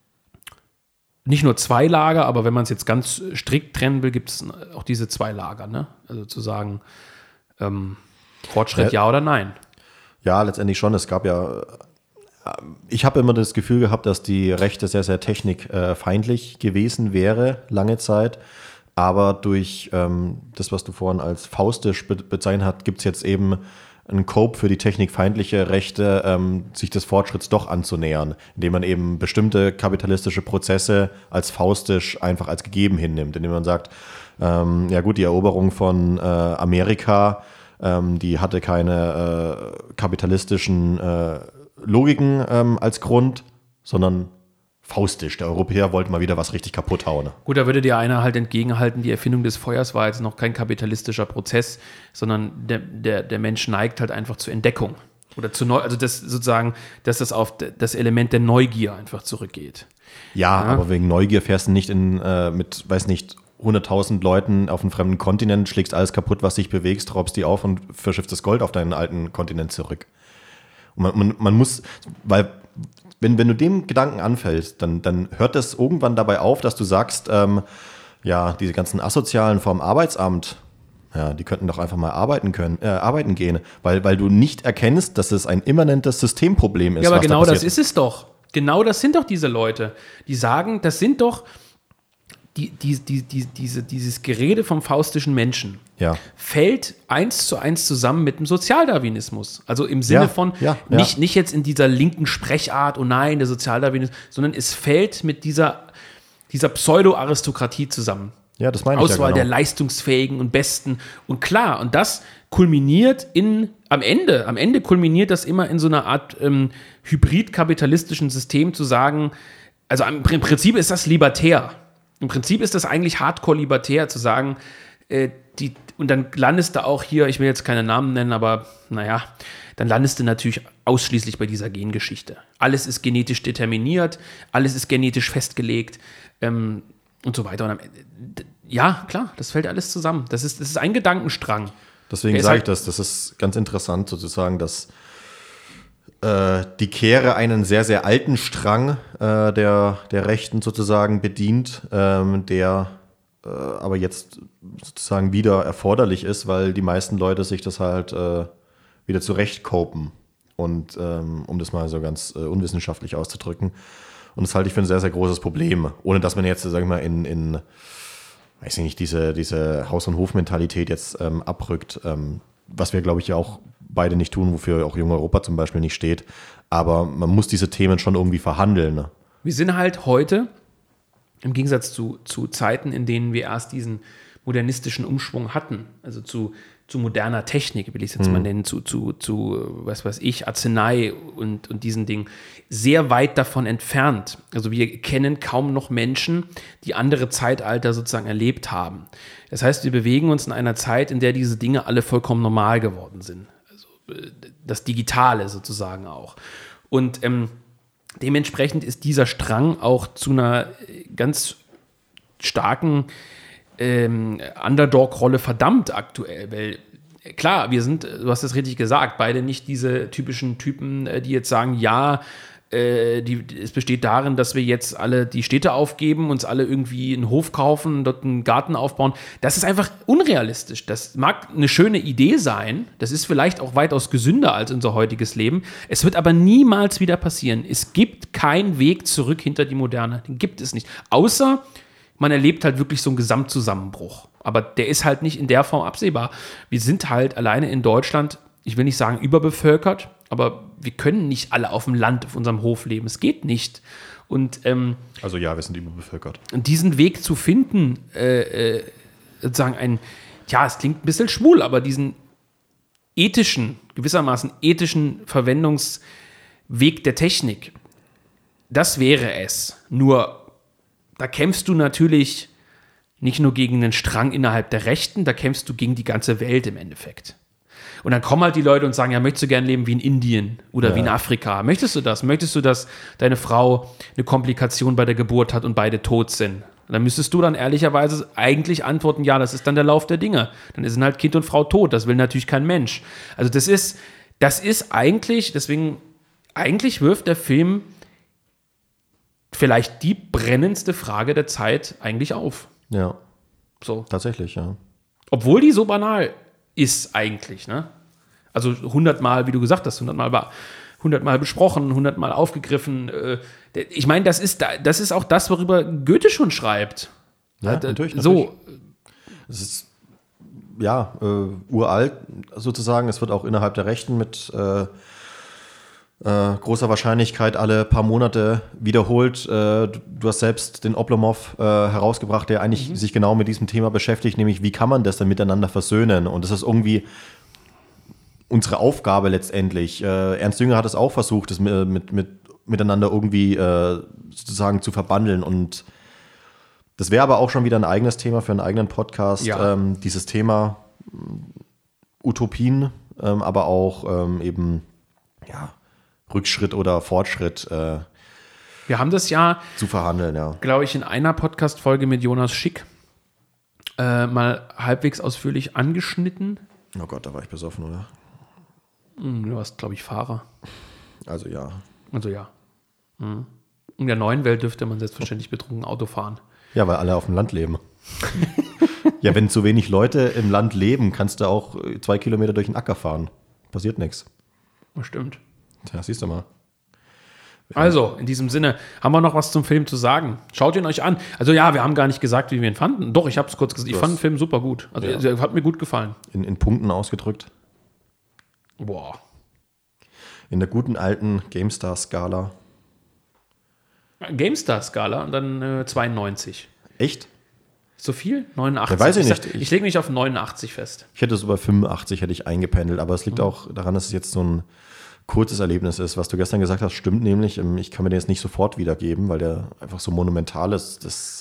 nicht nur zwei Lager, aber wenn man es jetzt ganz strikt trennen will, gibt es auch diese zwei Lager, ne? Also zu sagen, Fortschritt ja oder nein. Ja, letztendlich schon. Es gab ja, ich habe immer das Gefühl gehabt, dass die Rechte sehr, sehr technikfeindlich gewesen wäre, lange Zeit. Aber durch das, was du vorhin als faustisch bezeichnet hast, gibt es jetzt eben einen Cope für die technikfeindliche Rechte, sich des Fortschritts doch anzunähern, indem man eben bestimmte kapitalistische Prozesse als faustisch einfach als gegeben hinnimmt, indem man sagt, ja gut, die Eroberung von Amerika, die hatte keine kapitalistischen Logiken als Grund, sondern faustisch. Der Europäer wollte mal wieder was richtig kaputt hauen. Gut, da würde dir einer halt entgegenhalten, die Erfindung des Feuers war jetzt noch kein kapitalistischer Prozess, sondern der Mensch neigt halt einfach zur Entdeckung. Oder also das sozusagen, dass das auf das Element der Neugier einfach zurückgeht. Ja, aber wegen Neugier fährst du nicht mit, weiß nicht, 100.000 Leuten auf einem fremden Kontinent, schlägst alles kaputt, was dich bewegst, raubst die auf und verschiffst das Gold auf deinen alten Kontinent zurück. Und man muss, weil wenn du dem Gedanken anfällst, dann hört das irgendwann dabei auf, dass du sagst, ja, diese ganzen Asozialen vom Arbeitsamt, ja, die könnten doch einfach mal arbeiten gehen, weil du nicht erkennst, dass es ein immanentes Systemproblem ist. Ja, aber genau das ist es doch. Genau das sind doch diese Leute, die sagen, das sind doch dieses Gerede vom faustischen Menschen fällt 1:1 zusammen mit dem Sozialdarwinismus. Also im Sinne von, nicht jetzt in dieser linken Sprechart, oh nein, der Sozialdarwinismus, sondern es fällt mit dieser Pseudo-Aristokratie zusammen. Ja, das meine ich Auswahl ja der genau. leistungsfähigen und besten. Und klar, und das kulminiert am Ende kulminiert das immer in so einer Art hybrid-kapitalistischen System zu sagen, also im Prinzip ist das libertär. Im Prinzip ist das eigentlich hardcore-libertär zu sagen, und dann landest du auch hier, ich will jetzt keine Namen nennen, aber naja, dann landest du natürlich ausschließlich bei dieser Gengeschichte. Alles ist genetisch determiniert, alles ist genetisch festgelegt und so weiter. Und ja, klar, das fällt alles zusammen. Das ist ein Gedankenstrang. Deswegen sage ich das ist ganz interessant sozusagen, dass die Kehre einen sehr, sehr alten Strang der Rechten sozusagen bedient, der aber jetzt sozusagen wieder erforderlich ist, weil die meisten Leute sich das halt wieder zurechtkopen und um das mal so ganz unwissenschaftlich auszudrücken. Und das halte ich für ein sehr, sehr großes Problem, ohne dass man jetzt, sag ich mal, in weiß ich nicht, diese Haus- und Hofmentalität jetzt abrückt, was wir, glaube ich, ja auch beide nicht tun, wofür auch Junge Europa zum Beispiel nicht steht. Aber man muss diese Themen schon irgendwie verhandeln. Ne? Wir sind halt heute, im Gegensatz zu Zeiten, in denen wir erst diesen modernistischen Umschwung hatten, also zu moderner Technik, will ich es jetzt mal nennen, zu was weiß ich, Arznei und diesen Dingen, sehr weit davon entfernt. Also wir kennen kaum noch Menschen, die andere Zeitalter sozusagen erlebt haben. Das heißt, wir bewegen uns in einer Zeit, in der diese Dinge alle vollkommen normal geworden sind. Also das Digitale sozusagen auch. Und dementsprechend ist dieser Strang auch zu einer ganz starken Underdog-Rolle verdammt aktuell, weil klar, wir sind, du hast es richtig gesagt, beide nicht diese typischen Typen, die jetzt sagen, ja, es besteht darin, dass wir jetzt alle die Städte aufgeben, uns alle irgendwie einen Hof kaufen, dort einen Garten aufbauen. Das ist einfach unrealistisch. Das mag eine schöne Idee sein, das ist vielleicht auch weitaus gesünder als unser heutiges Leben. Es wird aber niemals wieder passieren. Es gibt keinen Weg zurück hinter die Moderne. Den gibt es nicht. Außer man erlebt halt wirklich so einen Gesamtzusammenbruch. Aber der ist halt nicht in der Form absehbar. Wir sind halt alleine in Deutschland, ich will nicht sagen überbevölkert, aber wir können nicht alle auf dem Land, auf unserem Hof leben. Es geht nicht. Und also ja, wir sind überbevölkert. diesen Weg zu finden, sozusagen es klingt ein bisschen schwul, aber diesen gewissermaßen ethischen Verwendungsweg der Technik, das wäre es. Nur da kämpfst du natürlich nicht nur gegen einen Strang innerhalb der Rechten, da kämpfst du gegen die ganze Welt im Endeffekt. Und dann kommen halt die Leute und sagen, ja, möchtest du gerne leben wie in Indien oder wie in Afrika? Möchtest du das? Möchtest du, dass deine Frau eine Komplikation bei der Geburt hat und beide tot sind? Und dann müsstest du dann ehrlicherweise eigentlich antworten, ja, das ist dann der Lauf der Dinge. Dann sind halt Kind und Frau tot, das will natürlich kein Mensch. Also das ist eigentlich, deswegen, eigentlich wirft der Film vielleicht die brennendste Frage der Zeit eigentlich auf. Ja, so. Tatsächlich, ja. Obwohl die so banal ist eigentlich, ne? Also 100-mal, wie du gesagt hast, 100-mal besprochen, 100-mal aufgegriffen. Ich meine, das ist auch das, worüber Goethe schon schreibt. Ja, natürlich. So. Es ist uralt sozusagen. Es wird auch innerhalb der Rechten mit großer Wahrscheinlichkeit alle paar Monate wiederholt. Du hast selbst den Oblomov herausgebracht, der eigentlich sich genau mit diesem Thema beschäftigt, nämlich wie kann man das denn miteinander versöhnen? Und das ist irgendwie unsere Aufgabe letztendlich. Ernst Jünger hat es auch versucht, das miteinander irgendwie sozusagen zu verbandeln. Und das wäre aber auch schon wieder ein eigenes Thema für einen eigenen Podcast. Ja. Dieses Thema Utopien, aber auch eben Rückschritt oder Fortschritt Wir haben das ja, zu verhandeln, ja. glaube ich, in einer Podcast-Folge mit Jonas Schick mal halbwegs ausführlich angeschnitten. Oh Gott, da war ich besoffen, oder? Du warst, glaube ich, Fahrer. Also ja. Also ja. In der neuen Welt dürfte man selbstverständlich betrunken Auto fahren. Ja, weil alle auf dem Land leben. Ja, wenn zu wenig Leute im Land leben, kannst du auch 2 Kilometer durch den Acker fahren. Passiert nichts. Das stimmt. Tja, siehst du mal. Also, in diesem Sinne, haben wir noch was zum Film zu sagen? Schaut ihn euch an. Also ja, wir haben gar nicht gesagt, wie wir ihn fanden. Doch, ich habe es kurz gesagt. Ich fand den Film super gut. Also er hat mir gut gefallen. In Punkten ausgedrückt. Boah. In der guten alten GameStar-Skala. GameStar-Skala und dann 92. Echt? So viel? 89? Ja, weiß ich nicht. Ich lege mich auf 89 fest. Ich hätte so bei 85 hätte ich eingependelt, aber es liegt auch daran, dass es jetzt so ein kurzes Erlebnis ist. Was du gestern gesagt hast, stimmt nämlich. Ich kann mir den jetzt nicht sofort wiedergeben, weil der einfach so monumental ist. Das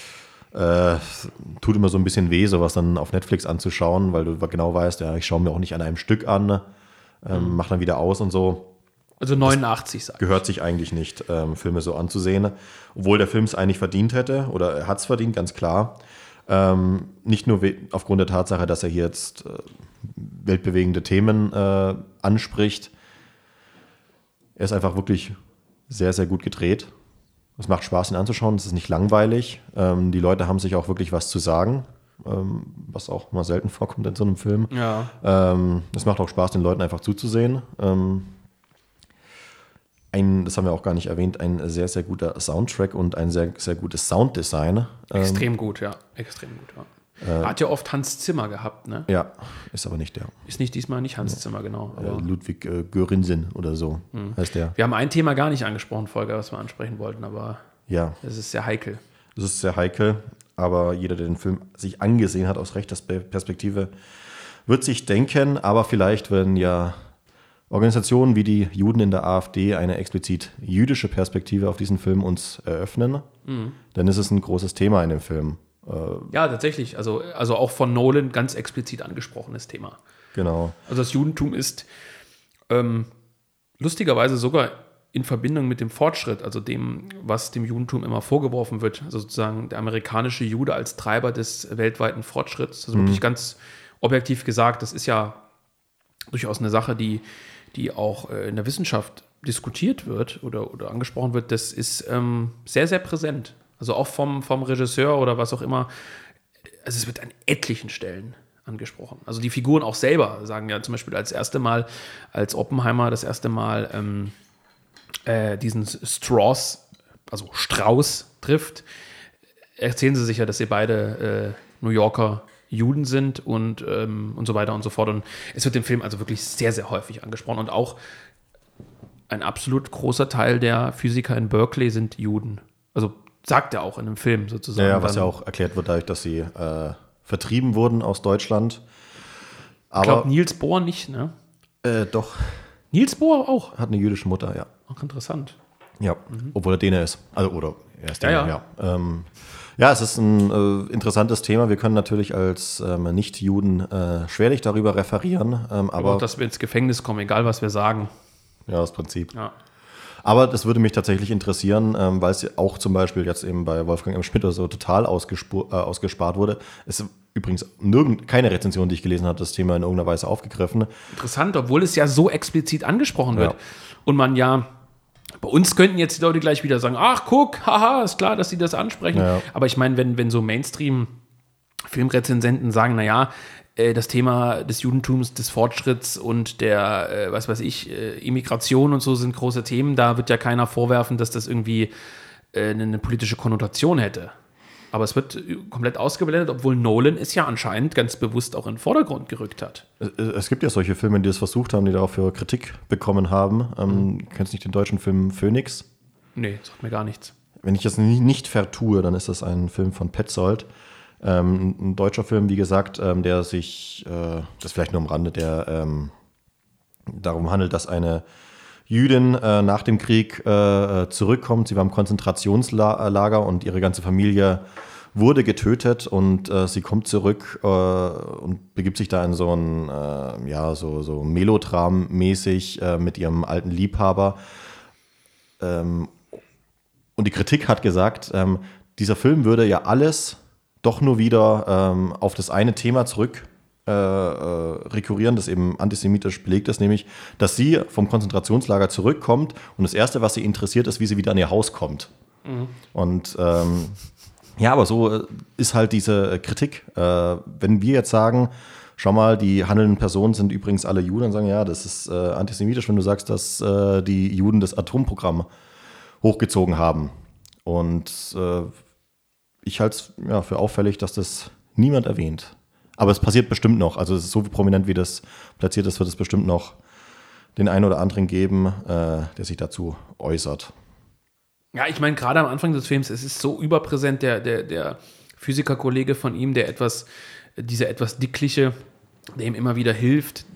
tut immer so ein bisschen weh, sowas dann auf Netflix anzuschauen, weil du genau weißt, ja, ich schaue mir auch nicht an einem Stück an, mach dann wieder aus und so. Also 89, sag ich. Gehört sich eigentlich nicht, Filme so anzusehen. Obwohl der Film es eigentlich verdient hätte, oder er hat es verdient, ganz klar. Nicht nur aufgrund der Tatsache, dass er hier jetzt weltbewegende Themen anspricht. Er ist einfach wirklich sehr, sehr gut gedreht. Es macht Spaß, ihn anzuschauen. Es ist nicht langweilig. Die Leute haben sich auch wirklich was zu sagen, was auch mal selten vorkommt in so einem Film. Ja. Es macht auch Spaß, den Leuten einfach zuzusehen. Das haben wir auch gar nicht erwähnt, ein sehr, sehr guter Soundtrack und ein sehr, sehr gutes Sounddesign. Extrem gut, ja. Extrem gut, ja. Hat ja oft Hans Zimmer gehabt, ne? Ja, ist aber nicht der. Ist diesmal nicht Hans Zimmer, genau. Aber Ludwig Göransson oder so heißt der. wir haben ein Thema gar nicht angesprochen, Volker, was wir ansprechen wollten, aber Ja, es ist sehr heikel. das ist sehr heikel, aber jeder, der den Film sich angesehen hat aus rechter Perspektive, wird sich denken, aber vielleicht, wenn ja Organisationen wie die Juden in der AfD eine explizit jüdische Perspektive auf diesen Film uns eröffnen, dann ist es ein großes Thema in dem Film. Ja, tatsächlich. Also auch von Nolan ganz explizit angesprochenes Thema. Genau. Also das Judentum ist lustigerweise sogar in Verbindung mit dem Fortschritt, also dem, was dem Judentum immer vorgeworfen wird, also sozusagen der amerikanische Jude als Treiber des weltweiten Fortschritts. Also wirklich ganz objektiv gesagt, das ist ja durchaus eine Sache, die auch in der Wissenschaft diskutiert wird oder angesprochen wird. Das ist sehr, sehr präsent. Also auch vom Regisseur oder was auch immer. Also es wird an etlichen Stellen angesprochen. Also die Figuren auch selber sagen ja zum Beispiel als Oppenheimer das erste Mal diesen Strauss trifft, erzählen sie sich ja, dass sie beide New Yorker Juden sind und so weiter und so fort. Und es wird im Film also wirklich sehr, sehr häufig angesprochen. Und auch ein absolut großer Teil der Physiker in Berkeley sind Juden. Also sagt er auch in dem Film sozusagen. Ja, was ja auch erklärt wird dadurch, dass sie vertrieben wurden aus Deutschland. Aber, ich glaube, Niels Bohr nicht, ne? Doch. Niels Bohr auch? Hat eine jüdische Mutter, ja. Ach, interessant. Ja, obwohl er Däne ist. Also, oder er ist Däne, Ja. Ja, es ist ein interessantes Thema. Wir können natürlich als Nicht-Juden schwerlich darüber referieren. Aber auch, dass wir ins Gefängnis kommen, egal was wir sagen. Ja, das Prinzip. Ja. Aber das würde mich tatsächlich interessieren, weil es auch zum Beispiel jetzt eben bei Wolfgang M. Schmidt oder so total ausgespart wurde. Es ist übrigens keine Rezension, die ich gelesen habe, das Thema in irgendeiner Weise aufgegriffen. Interessant, obwohl es ja so explizit angesprochen wird. Ja. Und man ja, bei uns könnten jetzt die Leute gleich wieder sagen, ach guck, haha, ist klar, dass sie das ansprechen. Ja. Aber ich meine, wenn so Mainstream-Filmrezensenten sagen, naja, das Thema des Judentums, des Fortschritts und der, Immigration und so sind große Themen. Da wird ja keiner vorwerfen, dass das irgendwie eine politische Konnotation hätte. Aber es wird komplett ausgeblendet, obwohl Nolan es ja anscheinend ganz bewusst auch in den Vordergrund gerückt hat. Es gibt ja solche Filme, die es versucht haben, die dafür Kritik bekommen haben. Kennst du nicht den deutschen Film Phoenix? Nee, sagt mir gar nichts. Wenn ich das nicht vertue, dann ist das ein Film von Petzold. Ein deutscher Film, wie gesagt, der sich, das vielleicht nur am Rande, der darum handelt, dass eine Jüdin nach dem Krieg zurückkommt. Sie war im Konzentrationslager und ihre ganze Familie wurde getötet und sie kommt zurück und begibt sich da in so ein, so Melodram-mäßig mit ihrem alten Liebhaber. Und die Kritik hat gesagt, dieser Film würde ja alles doch nur wieder auf das eine Thema zurück rekurrieren, das eben antisemitisch belegt ist, nämlich, dass sie vom Konzentrationslager zurückkommt und das Erste, was sie interessiert, ist, wie sie wieder an ihr Haus kommt. Und aber so ist halt diese Kritik. Wenn wir jetzt sagen, schau mal, die handelnden Personen sind übrigens alle Juden, dann sagen, ja, das ist antisemitisch, wenn du sagst, dass die Juden das Atomprogramm hochgezogen haben. Und ich halte es für auffällig, dass das niemand erwähnt. Aber es passiert bestimmt noch. Also es ist so prominent, wie das platziert ist, wird es bestimmt noch den einen oder anderen geben, der sich dazu äußert. Ja, ich meine, gerade am Anfang des Films, es ist so überpräsent, der Physikerkollege von ihm, dieser etwas dickliche, der ihm immer wieder hilft,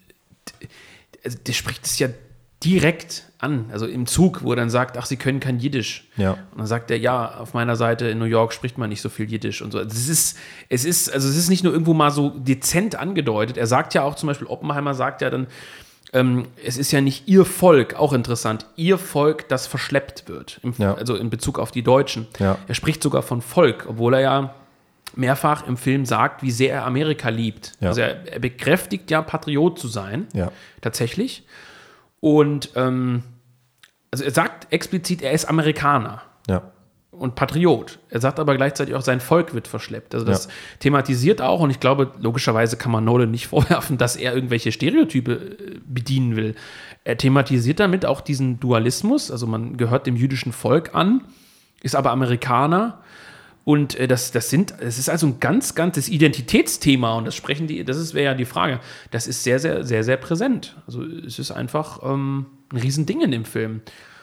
der spricht es ja direkt an, also im Zug, wo er dann sagt, ach, Sie können kein Jiddisch. Ja. Und dann sagt er, ja, auf meiner Seite in New York spricht man nicht so viel Jiddisch und so. Es ist nicht nur irgendwo mal so dezent angedeutet. Er sagt ja auch zum Beispiel, Oppenheimer sagt ja dann, es ist ja nicht Ihr Volk, auch interessant, Ihr Volk, das verschleppt wird, also in Bezug auf die Deutschen. Ja. Er spricht sogar von Volk, obwohl er ja mehrfach im Film sagt, wie sehr er Amerika liebt. Ja. Also er bekräftigt ja, Patriot zu sein, tatsächlich. Und also er sagt explizit, er ist Amerikaner und Patriot. Er sagt aber gleichzeitig auch, sein Volk wird verschleppt. Also das thematisiert auch, und ich glaube, logischerweise kann man Nolan nicht vorwerfen, dass er irgendwelche Stereotype bedienen will. Er thematisiert damit auch diesen Dualismus, also man gehört dem jüdischen Volk an, ist aber Amerikaner. Und das ist also ein ganz, ganzes Identitätsthema, und das wäre ja die Frage. Das ist sehr, sehr, sehr, sehr präsent. Also es ist einfach ein Riesending in dem Film.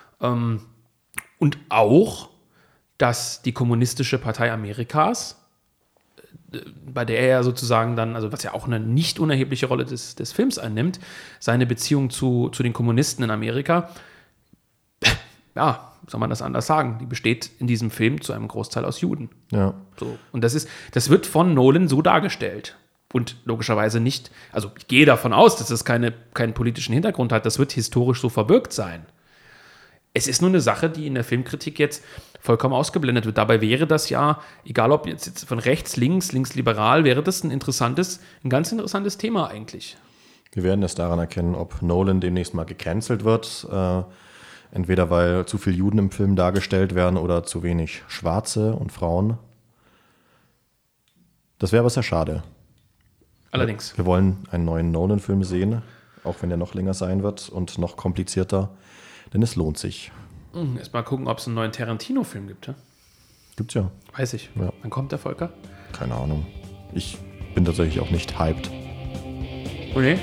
Und auch, dass die Kommunistische Partei Amerikas, bei der er sozusagen dann, also was ja auch eine nicht unerhebliche Rolle des Films einnimmt, seine Beziehung zu den Kommunisten in Amerika, ja, soll man das anders sagen, die besteht in diesem Film zu einem Großteil aus Juden. Ja. So. Und das wird von Nolan so dargestellt. Und logischerweise nicht, also ich gehe davon aus, dass das keinen politischen Hintergrund hat, das wird historisch so verbürgt sein. Es ist nur eine Sache, die in der Filmkritik jetzt vollkommen ausgeblendet wird. Dabei wäre das ja, egal ob jetzt von rechts, links liberal, wäre das ein ganz interessantes Thema eigentlich. Wir werden es daran erkennen, ob Nolan demnächst mal gecancelt wird. Entweder weil zu viele Juden im Film dargestellt werden oder zu wenig Schwarze und Frauen. Das wäre aber sehr schade. Allerdings. Wir wollen einen neuen Nolan-Film sehen, auch wenn der noch länger sein wird und noch komplizierter, denn es lohnt sich. Erst mal gucken, ob es einen neuen Tarantino-Film gibt. Ja? Gibt's ja. Weiß ich. Ja. Wann kommt der, Volker? Keine Ahnung. Ich bin tatsächlich auch nicht hyped. Okay.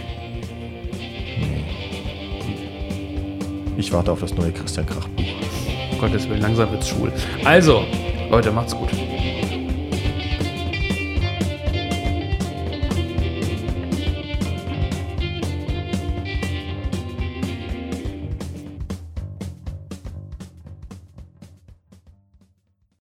Ich warte auf das neue Christian Krach-Buch. Um Gottes Willen, langsam wird's schwul. Also, Leute, macht's gut.